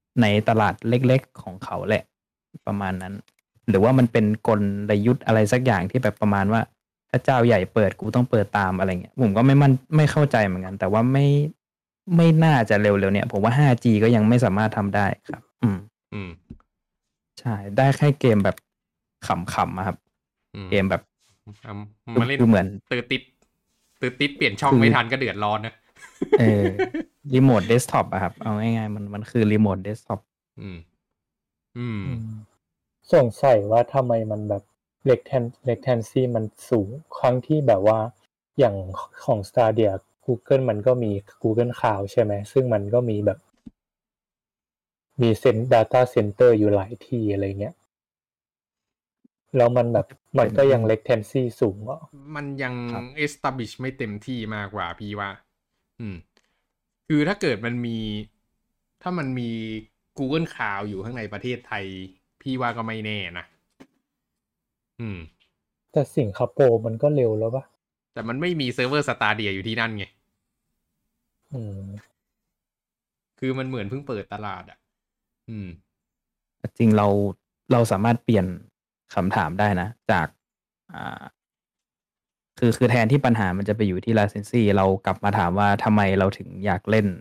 ในตลาดเล็กๆของเขาแหละประมาณนั้น หรือว่ามันเป็นกลยุทธ์อะไรสักอย่างที่แบบประมาณว่าถ้าเจ้าใหญ่เปิดกูต้องเปิดตามอะไรเงี้ยผมก็ไม่มั่นไม่เข้าใจเหมือนกันแต่ว่าไม่ไม่น่าจะเร็วๆเนี่ยผมว่า ห้าจี ก็ยังไม่สามารถทำได้ครับ อืมอืมใช่ได้แค่เกมแบบขำๆอะครับอืมเกมแบบเอามาเล่นคือเหมือนตืดติดตืดติดเปลี่ยนช่องคือไม่ทันก็เดือดร้อนนะเออรีโมทเดสก์ท็อปอะครับเอาง่ายๆมันมันคือรีโมทเดสก์ท็อปอืม อืมอืมสงสัยว่าทำไมมันแบบ laten- latency มันสูงครั้งที่แบบว่าอย่างของ Stadia Google มันก็มี Google Cloud ใช่ไหมซึ่งมันก็มีแบบมีเซ็น data center อยู่หลายที่อะไรเงี้ยแล้วมันแบบมันก็ยัง latency สูงอ่ะมันยังครับ establish ไม่เต็มที่มากกว่าพี่ว่า อืม คือถ้าเกิดมันมี ถ้ามันมี Google Cloud อยู่ข้างในประเทศไทย พี่ว่าก็ไม่แน่นะ อืมแต่สิงคโปร์มันก็เร็วแล้วปะแต่มันไม่มีเซิร์ฟเวอร์ Stadia อยู่ที่นั่นไงอืมคือมันเหมือนเพิ่งเปิดตลาดอ่ะ อืมจริงเราเราสามารถเปลี่ยนคำถามได้นะ จากอ่าคือคือแทนที่ปัญหามันจะไปอยู่ที่ latency เรากลับมาถามว่าทำไมเราถึงอยากเล่น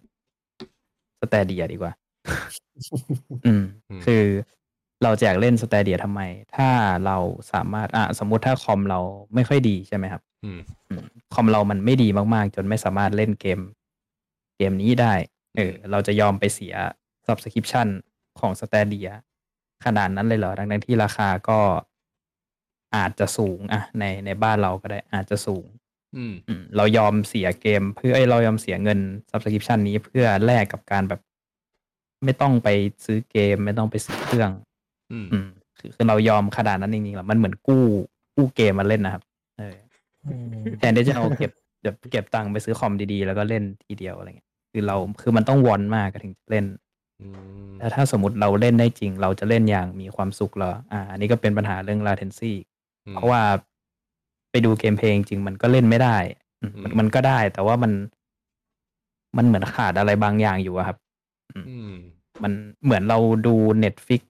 Stadia ดีกว่า อืมอืมคือเราจะอยากเล่น Stadia ทำไม ถ้าเราสามารถอ่ะสมมุติถ้าคอมเราไม่ค่อยดีใช่ไหมครับอืมอืมคอมเรามันไม่ดีมากๆ จนไม่สามารถเล่นเกม เกมนี้ได้ เออ เราจะยอมไปเสีย subscription ของ Stadia ขนาดนั้นเลยเหรอ ดังนั้นที่ราคาก็อาจจะสูงอ่ะในในบ้านเราก็ได้อาจจะสูงอืมอืมเรายอมเสียเกมเพื่อเอ้ยเรายอมเสียเงิน subscription นี้เพื่อแลกกับการแบบ ไม่ต้องไปซื้อเกม ไม่ต้องไปซื้อเครื่องอืมอืมคือคือเรายอมขนาดนั้นจริงๆหรอมันเหมือนกู้กู้เกมมาเล่นนะครับ เอออืมแทนที่จะเอาเก็บเก็บเก็บตังค์ไปซื้อคอมดีๆ แล้วก็เล่นทีเดียวอะไรเงี้ย คือเราคือมันต้องวอนมากถึงจะเล่นอืมแต่ถ้าสมมติเราเล่นได้จริง เราจะเล่นอย่างมีความสุขเหรอ อ่า อันนี้ก็เป็นปัญหาเรื่อง latency อืมเพราะว่าไปดูเกมเพลงจริงมันก็เล่นไม่ได้อืมมันอืมมันก็ได้ แต่ว่ามันมันเหมือนขาดอะไรบางอย่างอยู่อะครับ อืมอืมมันเหมือนเราดู Netflix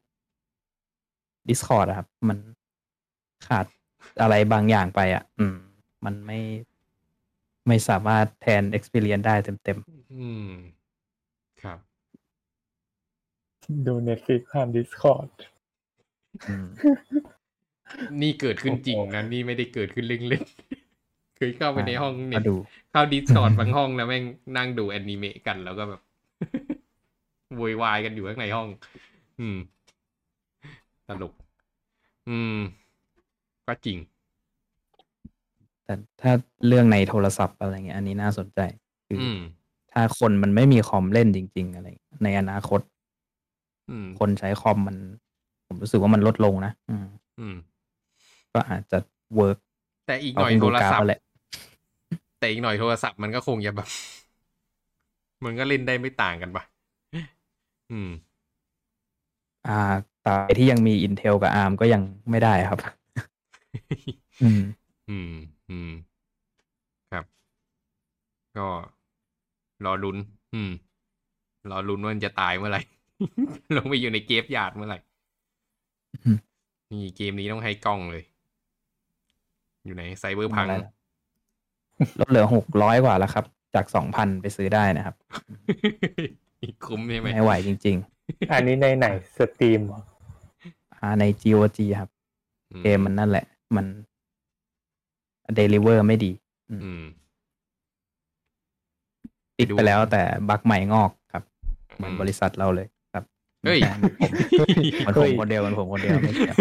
Discord อะครับ มันขาดอะไรบางอย่างไปอ่ะ อืม มันไม่ไม่สามารถแทน experience ได้เต็มอืม ครับดู Netflix ผ่าน Discord ๆอืมนี่เกิดขึ้นจริงนะ นี่ไม่ได้เกิดขึ้นเล่นๆ เคยเข้าไปในห้องก็เน็ตดูเข้า Discord บางห้องแล้วแม่งนั่งดูแอนิเมะกันแล้วก็แบบ โวยวายกันอยู่ข้างในห้อง อืม ตลก อืม ก็จริงแต่ถ้าเรื่องในโทรศัพท์อะไรเงี้ย อันนี้น่าสนใจ คืออือมถ้าคนมันไม่มีคอมเล่นจริง ๆ อะไร ในอนาคตอืมคนใช้คอมมัน ผมรู้สึกว่ามันลดลงนะ อืมอืมก็อาจจะเวิร์กแต่อีกหเราน่อยคงโทดูรกราฟศัพเอาท์แหละแต่อีกหน่อยโทรศัพท์มันก็คงจะแบบ มันก็เล่นได้ไม่ต่างกันปะอืมอ่าแต่ที่ยังมี Intel กับ อาร์ม ก็ยังไม่ได้ครับ อืมอืม อืม ครับ ก็รอลุ้น อืม รอลุ้นว่ามันจะตายเมื่อไหร่ ลงไปอยู่ในเกฟยาร์ดเมื่อไหร่อืมนี่เกมนี้ต้องให้กล้องเลย อยู่ในไซเบอร์พังอะไรล่ะ ลดเหลือหกร้อยกว่าแล้วครับ จาก สองพัน ไปซื้อได้นะครับคุ้มใช่ไหมไม่ไหวจริงอันนี้ในไหนสตรีมเหรอๆ อ่าใน จี โอ จี ครับ เกมมันนั่นแหละ มัน deliver ไม่ดี อืมอืมปิดไปดูไปแล้วแต่บั๊กใหม่งอกครับ เหมือนอืมบริษัทเราเลยครับเฮ้ยไม่ใช่เหมือนผมเหมือนผมคนเดียวเหมือนผมคนเดียวไม่เกี่ยว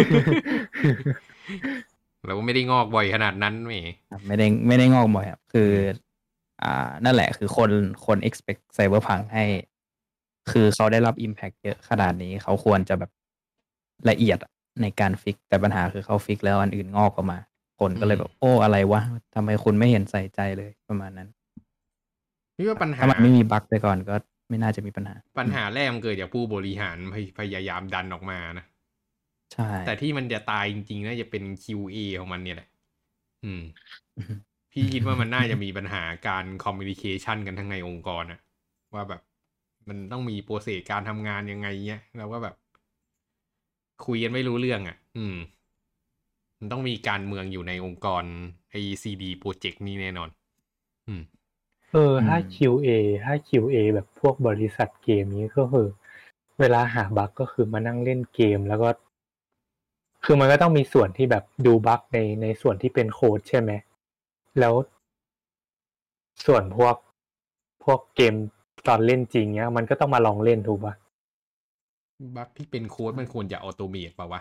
เราไม่ได้งอกบ่อยขนาดนั้นแหมครับไม่ได้ไม่ได้งอกบ่อยครับ คือ อ่า นั่นแหละ คือคนคน expect Cyberpunk ให้ คือเขาได้รับ impact เยอะขนาดนี้ เขาควรจะแบบละเอียดในการฟิก แต่ปัญหาคือเขาฟิกแล้วอันอื่นงอกออกมา คนก็เลยแบบ โอ้ อะไรวะทำไมคุณไม่เห็นใส่ใจเลยประมาณนั้นพี่ว่าปัญหาถ้ามันไม่มีบั๊กไปก่อนก็ไม่น่าจะมีปัญหาปัญหาแรกมันเกิดจากผู้บริหารพยพยายามดันออกมานะใช่แต่ที่มันจะตายจริงๆน่าจะเป็น คิว เอ ของมันเนี่ยแหละ อืมอือฮึพี่คิดว่ามันน่าจะมีปัญหาการคอมมิวนิเคชันกันทั้งในองค์กรนะว่าแบบมันต้องมีโปรเซสการทำงานยังไงเงี้ยเราก็แบบคุยกันไม่รู้เรื่องอ่ะ อืมมันต้องมีการเมืองอยู่ในองค์กรไอ ซี ดี โปรเจกต์นี้แน่นอน อืมเออถ้า คิว เอ ถ้า คิว เอ แบบพวกบริษัทเกมนี้ก็คือเวลาหาบั๊กก็คือมานั่งเล่นเกมแล้วก็คือมันก็ต้องมีส่วนที่แบบดูบั๊กในในส่วนที่เป็นโค้ดใช่ไหมแล้วส่วนพวกพวกเกมตอนเล่นจริงเนี้ยมันก็ต้องมาลองเล่นถูกป่ะบั๊กที่เป็นโค้ดมันควรจะออโตเมตป่าววะ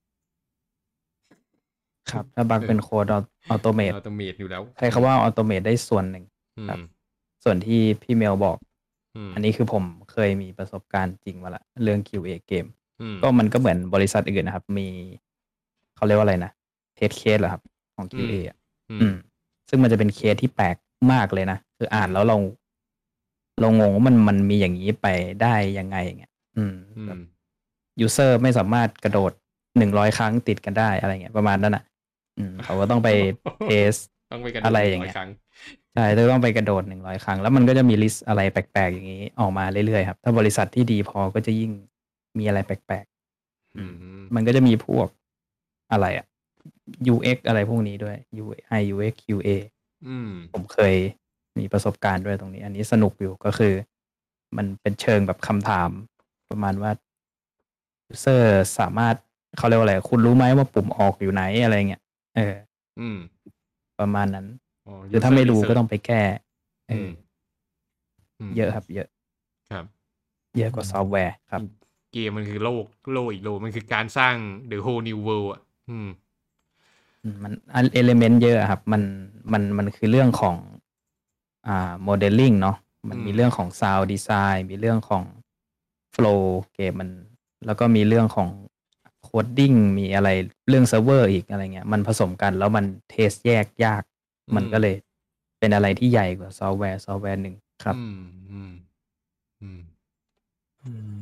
ครับถ้าบั๊กเป็นโค้ดออโตเมตออโตเมตอยู่แล้วใช้คำว่าออโตเมตได้ส่วนหนึ่งครับส่วนที่พี่เมลบอกอันนี้คือผมเคยมีประสบการณ์จริงมาละเรื่อง คิว เอ เกมก็มันก็เหมือนบริษัทอื่นนะครับมีเขาเรียกว่าอะไรนะเทสเคสเหรอครับของ คิว เอ อ่ะอืมซึ่งมันจะเป็นเคสที่แปลกมากเลยนะคืออ่านแล้วเราเรางงว่ามันมันมีอย่างนี้ไปได้ยังไงอย่างเงี้ยอืมแบบยูเซอร์ไม่สามารถกระโดดหนึ่งร้อยครั้งติดกันได้อะไรเงี้ยประมาณนั้นอ่ะอืมเขาก็ต้องไปเทสอะไรอย่างเงี้ยใช่ต้องไปกระโดดหนึ่งร้อยครั้งแล้วมันก็จะมีลิสต์อะไรแปลกๆอย่างนี้ออกมาเรื่อยๆครับถ้าบริษัทที่ดีพอก็จะยิ่งมีอะไรแปลกๆมันก็จะมีพวกอะไรอ่ะ ยู เอ็กซ์ อะไรพวกนี้ด้วย ยู ไอ ยู เอ็กซ์ คิว เอ ผมเคยมีประสบการณ์ด้วยตรงนี้อันนี้สนุกอยู่ก็คือมันเป็นเชิงแบบคำถามประมาณว่า user สามารถเขาเรียกว่าอะไรคุณรู้ไหมว่าปุ่มออกอยู่ไหนอะไรเงี้ยเออประมาณนั้นคือถ้าไม่รู้ก็ต้องไปแก้เออเยอะครับเยอะครับเยอะกว่าซอฟต์แวร์ครับเกมมันคือโลกโลกอีกโลกมันคือการสร้าง the whole new world อ่ะอืมมันเอลิเมนต์เยอะครับมันมันมันคือเรื่องของอ่าโมเดลลิ่งเนาะมันมีเรื่องของซาวด์ดีไซน์มีเรื่องของโฟลว์เกมมันแล้วก็มีเรื่องของโคดดิ้งมีอะไรเรื่องเซิร์ฟเวอร์อีกอะไรเงี้ยมันผสมกันแล้วมันเทสแยกยากมันก็เลยเป็นอะไรที่ใหญ่กว่าซอฟต์แวร์ซอฟต์แวร์หนึ่งครับอืมอืมอืมอืม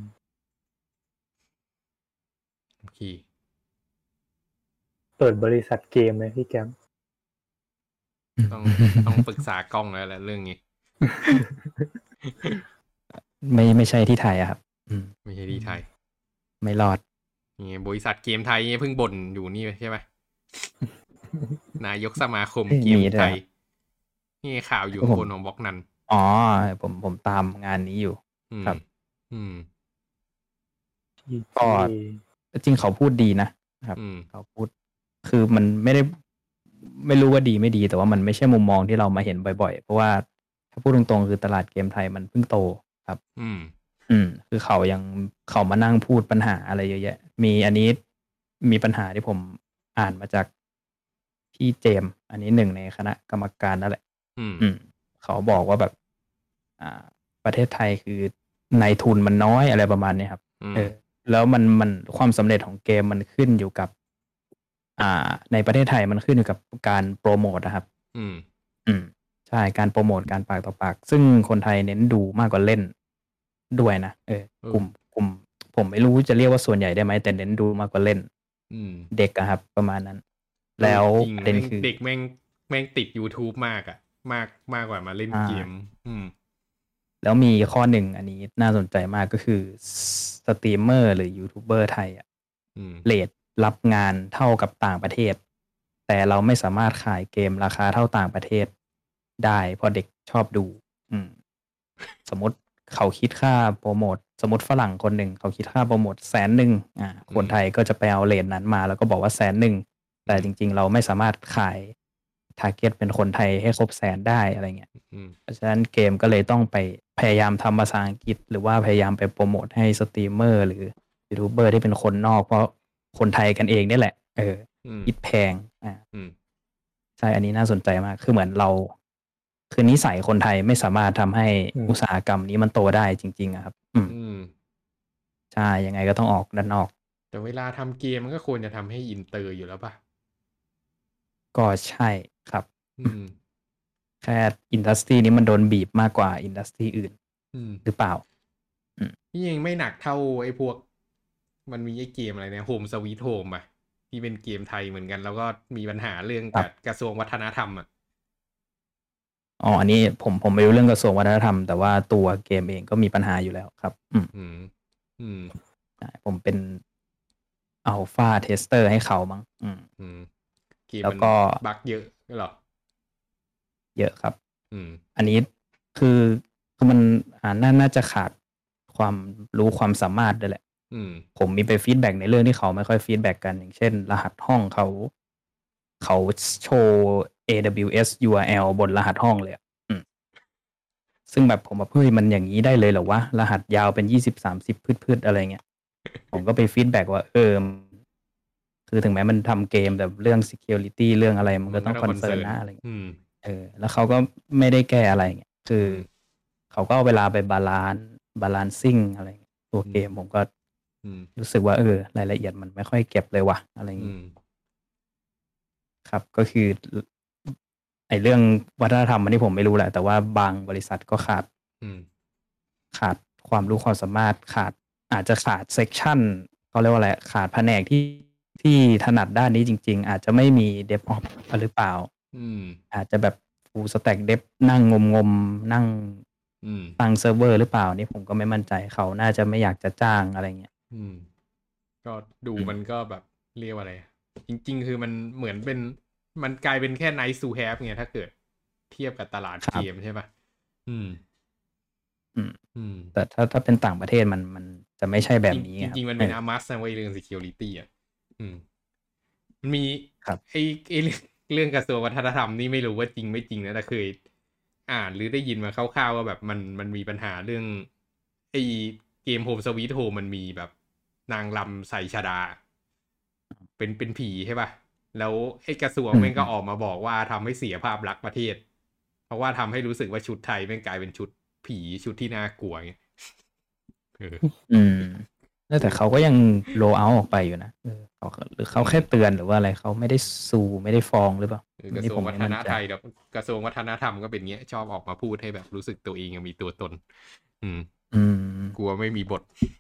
โอเคเปิดบริษัทเกมไหมพี่แกมต้องต้องปรึกษากล้องแล้วแหละเรื่องนี้ไม่ไม่ใช่ที่ไทยอะครับไม่ใช่ที่ไทยไม่รอดนี่บริษัทเกมไทยเพิ่งบ่นอยู่นี่ใช่ไหมนายกสมาคมเกมไทยนี่ข่าวอยู่บนของบล็อกนั้นอ๋อผมผมตามงานนี้อยู่ครับอืมก็จริงเขาพูดดีนะครับเขาพูดคือมันไม่ได้ไม่รู้ว่าดีไม่ดีแต่ว่ามันไม่ใช่มุมมองที่เรามาเห็นบ่อยๆเพราะว่าถ้าพูดตรงๆคือตลาดเกมไทยมันเพิ่งโตครับอืมอืมคือเขายังเขามานั่งพูดปัญหาอะไรเยอะแยะมีอันนี้มีปัญหาที่ผมอ่านมาจากพี่เจมอันนี้หนึ่งในคณะกรรมการนั่นแหละอืมเขาบอกว่าแบบอ่าประเทศไทยคือนายทุนมันน้อยอะไรประมาณนี้ครับเออแล้วมันมันความสำเร็จของเกมมันขึ้นอยู่กับอ่าในประเทศไทยมันขึ้นอยู่กับการโปรโมทนะครับอืมอืมใช่การโปรโมทการปากต่อปากซึ่งคนไทยเน้นดูมากกว่าเล่นด้วยนะเออกลุ่มกลุ่มผมไม่รู้จะเรียกว่าส่วนใหญ่ได้ไหมแต่เน้นดูมากกว่าเล่นเด็กอะครับประมาณนั้นแล้วประเด็นคือเด็กแม่งแม่งติด YouTube มากอะมากมากกว่ามาเล่นเกมอืมแล้วมีข้อหนึ่งอันนี้น่าสนใจมากก็คือสตรีมเมอร์หรือยูทูบเบอร์ไทยอะเรทรับงานเท่ากับต่างประเทศแต่เราไม่สามารถขายเกมราคาเท่าต่างประเทศได้เพราะเด็กชอบดูอืมสมมติเขาคิดค่าโปรโมทสมมติฝรั่งคนหนึ่งเขาคิดค่าโปรโมทแสนหนึ่งอ่าคนไทยก็จะไปเอาเรทนั้นมาแล้วก็บอกว่าแสนหนึ่งแต่จริงๆเราไม่สามารถขายทาร์เก็ตเป็นคนไทยให้ครบแสนได้อะไรเงี้ยเพราะฉะนั้นเกมก็เลยต้องไปพยายามทำภาษาอังกฤษหรือว่าพยายามไปโปรโมทให้สตรีมเมอร์หรือยูทูบเบอร์ที่เป็นคนนอกเพราะคนไทยกันเองนี่แหละเออคิดแพงอ่าใช่อันนี้น่าสนใจมากคือเหมือนเราคือนิสัยคนไทยไม่สามารถทำให้อุตสาหกรรมนี้มันโตได้จริงๆอะครับอืมใช่ยังไงก็ต้องออกด้านนอกแต่เวลาทำเกมมันก็ควรจะทำให้อินเตอร์อยู่แล้วป่ะก็ใช่ครับแค่อินดัสทรีนี้มันโดนบีบมากกว่าอินดัสทรีอื่นหรือเปล่านี่ยังไม่หนักเท่าไอ้พวกมันมีไอ้เกมอะไรเนี่ยโฮมสวีทโฮมอ่ะที่เป็นเกมไทยเหมือนกันแล้วก็มีปัญหาเรื่องกับกระทรวงวัฒนธรรมอ่ะอ๋ออันนี้ผมผมไม่รู้เรื่องกระทรวงวัฒนธรรมแต่ว่าตัวเกมเองก็มีปัญหาอยู่แล้วครับ อืมอืม อืมใช่ผมเป็นอัลฟาเทสเตอร์ให้เขามั้งอืมอืมเกมแล้วมันก็บั๊กเยอะหรอเยอะครับอืมอันนี้คือคือมันอ่าน่าน่าจะขาดความรู้ความสามารถด้วยแหละอืมผมมีไปฟีดแบ็กในเรื่องที่เขาไม่ค่อยฟีดแบ็กกัน อย่างเช่น รหัสห้องเขา เขาโชว์ เอ ดับเบิลยู เอส ยู อาร์ แอล บนรหัสห้องเลยอะอืม ซึ่งแบบผมแบบเฮ้ยมันอย่างนี้ได้เลยเหรอวะ รหัสยาวเป็นยี่สิบสามสิบพืดๆอะไรเงี้ย ผมก็ไปฟีดแบ็กว่า เออ คือถึงแม้มันทำเกมแต่เรื่อง security เรื่องอะไรมันก็ต้องคอนเซิร์นนะอะไรเงี้ยอืมเออ แล้วเขาก็ไม่ได้แก้อะไรเงี้ยคือ เขาก็เอาเวลาไปบาลานซ์บาลานซิ่งอะไรเงี้ยตัวเกมผมก็อืมรู้สึกว่าเออรายละเอียดมันไม่ค่อยเก็บเลยว่ะอะไรอย่างอืงี้มครับ ก็คือไอ้เรื่องวัฒนธรรมอันนี้ผมไม่รู้แหละ แต่ว่าบางบริษัทก็ขาดอืมขาดความรู้ความสามารถขาดอาจจะขาดเซกชันเขาเรียกว่าอะไรขาดแผนกที่ที่ถนัดด้านนี้จริง ๆ อาจจะไม่มี DevOps หรือเปล่าอืมอาจจะแบบ full stack dev นั่งงมๆนั่งอืมตั้งเซิร์ฟเวอร์หรือเปล่านี่ผมก็ไม่มั่นใจเขาน่าจะไม่อยากจะจ้างอะไรเงี้ยอืม ก็ดูอืมมันก็แบบเรียกว่าอะไร จริง ๆ คือมันเหมือนเป็นมันกลายเป็นแค่ nice to have ไงถ้าเกิดเทียบกับตลาดครัเกบมใช่ปะอืมอืมอืมแต่ถ้าถ้าเป็นต่างประเทศมันมันจะไม่ใช่แบบนี้จครัริบงๆมันเอเป็นออามัสนะเว้ยเรื่อง security อ่ะ อืม มันมีครับไอ้ไอ้เรื่องเรื่องกระทรวงวัฒนธรรมนี่ไม่รู้ว่าจริงไม่จริงนะแต่เคย อ่านหรือได้ยินมาคร่าวๆว่าแบบมันมันมีปัญหาเรื่องไอ้เกม Home Sweet Home มันมีแบบนางรำใส่ชดา เป็นเป็นผีใช่ป่ะ แล้วไอ้กระทรวงอืมแม่งก็ออกมาบอกว่าทำให้เสียภาพลักษณ์ประเทศ เพราะว่าทำให้รู้สึกว่าชุดไทยแม่งกลายเป็นชุดผีชุดที่น่ากลัวไงเอออืมแล้วแต่เขาก็ยังโลเอาออกไปอยู่นะเออเขาหรือเขาแค่เตือนหรือว่าอะไรเขาไม่ได้ซูไม่ได้ฟ้องหรือเปล่าเออกระนี่ทรวผงมวัไม่ฒมั่นนใจไทยเดี๋ยวกระทรวงวัฒนธรรมก็เป็นเงี้ย ชอบออกมาพูดให้แบบรู้สึกตัวเองมีตัวตน อืมอืมกลัวไม่มีบท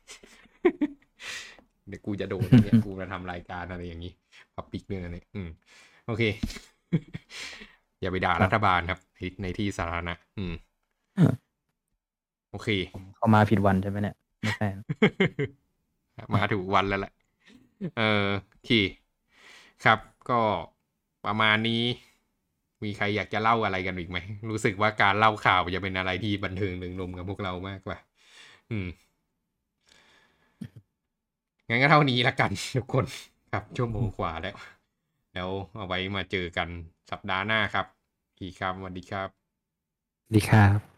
เดี๋ยวกูจะโดนเนี่ย กูมาทำรายการอะไรอย่างนี้พับปิกเรื่องอะไรอืม โอเค อย่าไปด่าครับรัฐบาลครับในในที่สาธารณะอืม โอเคผมเข้ามาผิดวันใช่ไหมเนี่ยไม่ใช่นะมาถูกวันแล้วแหละ เออโอเค ครับ ก็ประมาณนี้ มีใครอยากจะเล่าอะไรกันอีกไหม รู้สึกว่าการเล่าข่าวจะเป็นอะไรที่บันเทิงดึงนมกับพวกเรามากกว่า อืม งั้นก็เท่านี้ละกัน ทุกคน ครับ ชั่วโมงกว่าแล้ว แล้วเอาไว้มาเจอกันสัปดาห์หน้าครับอีกครับสวัสดีครับดีครับ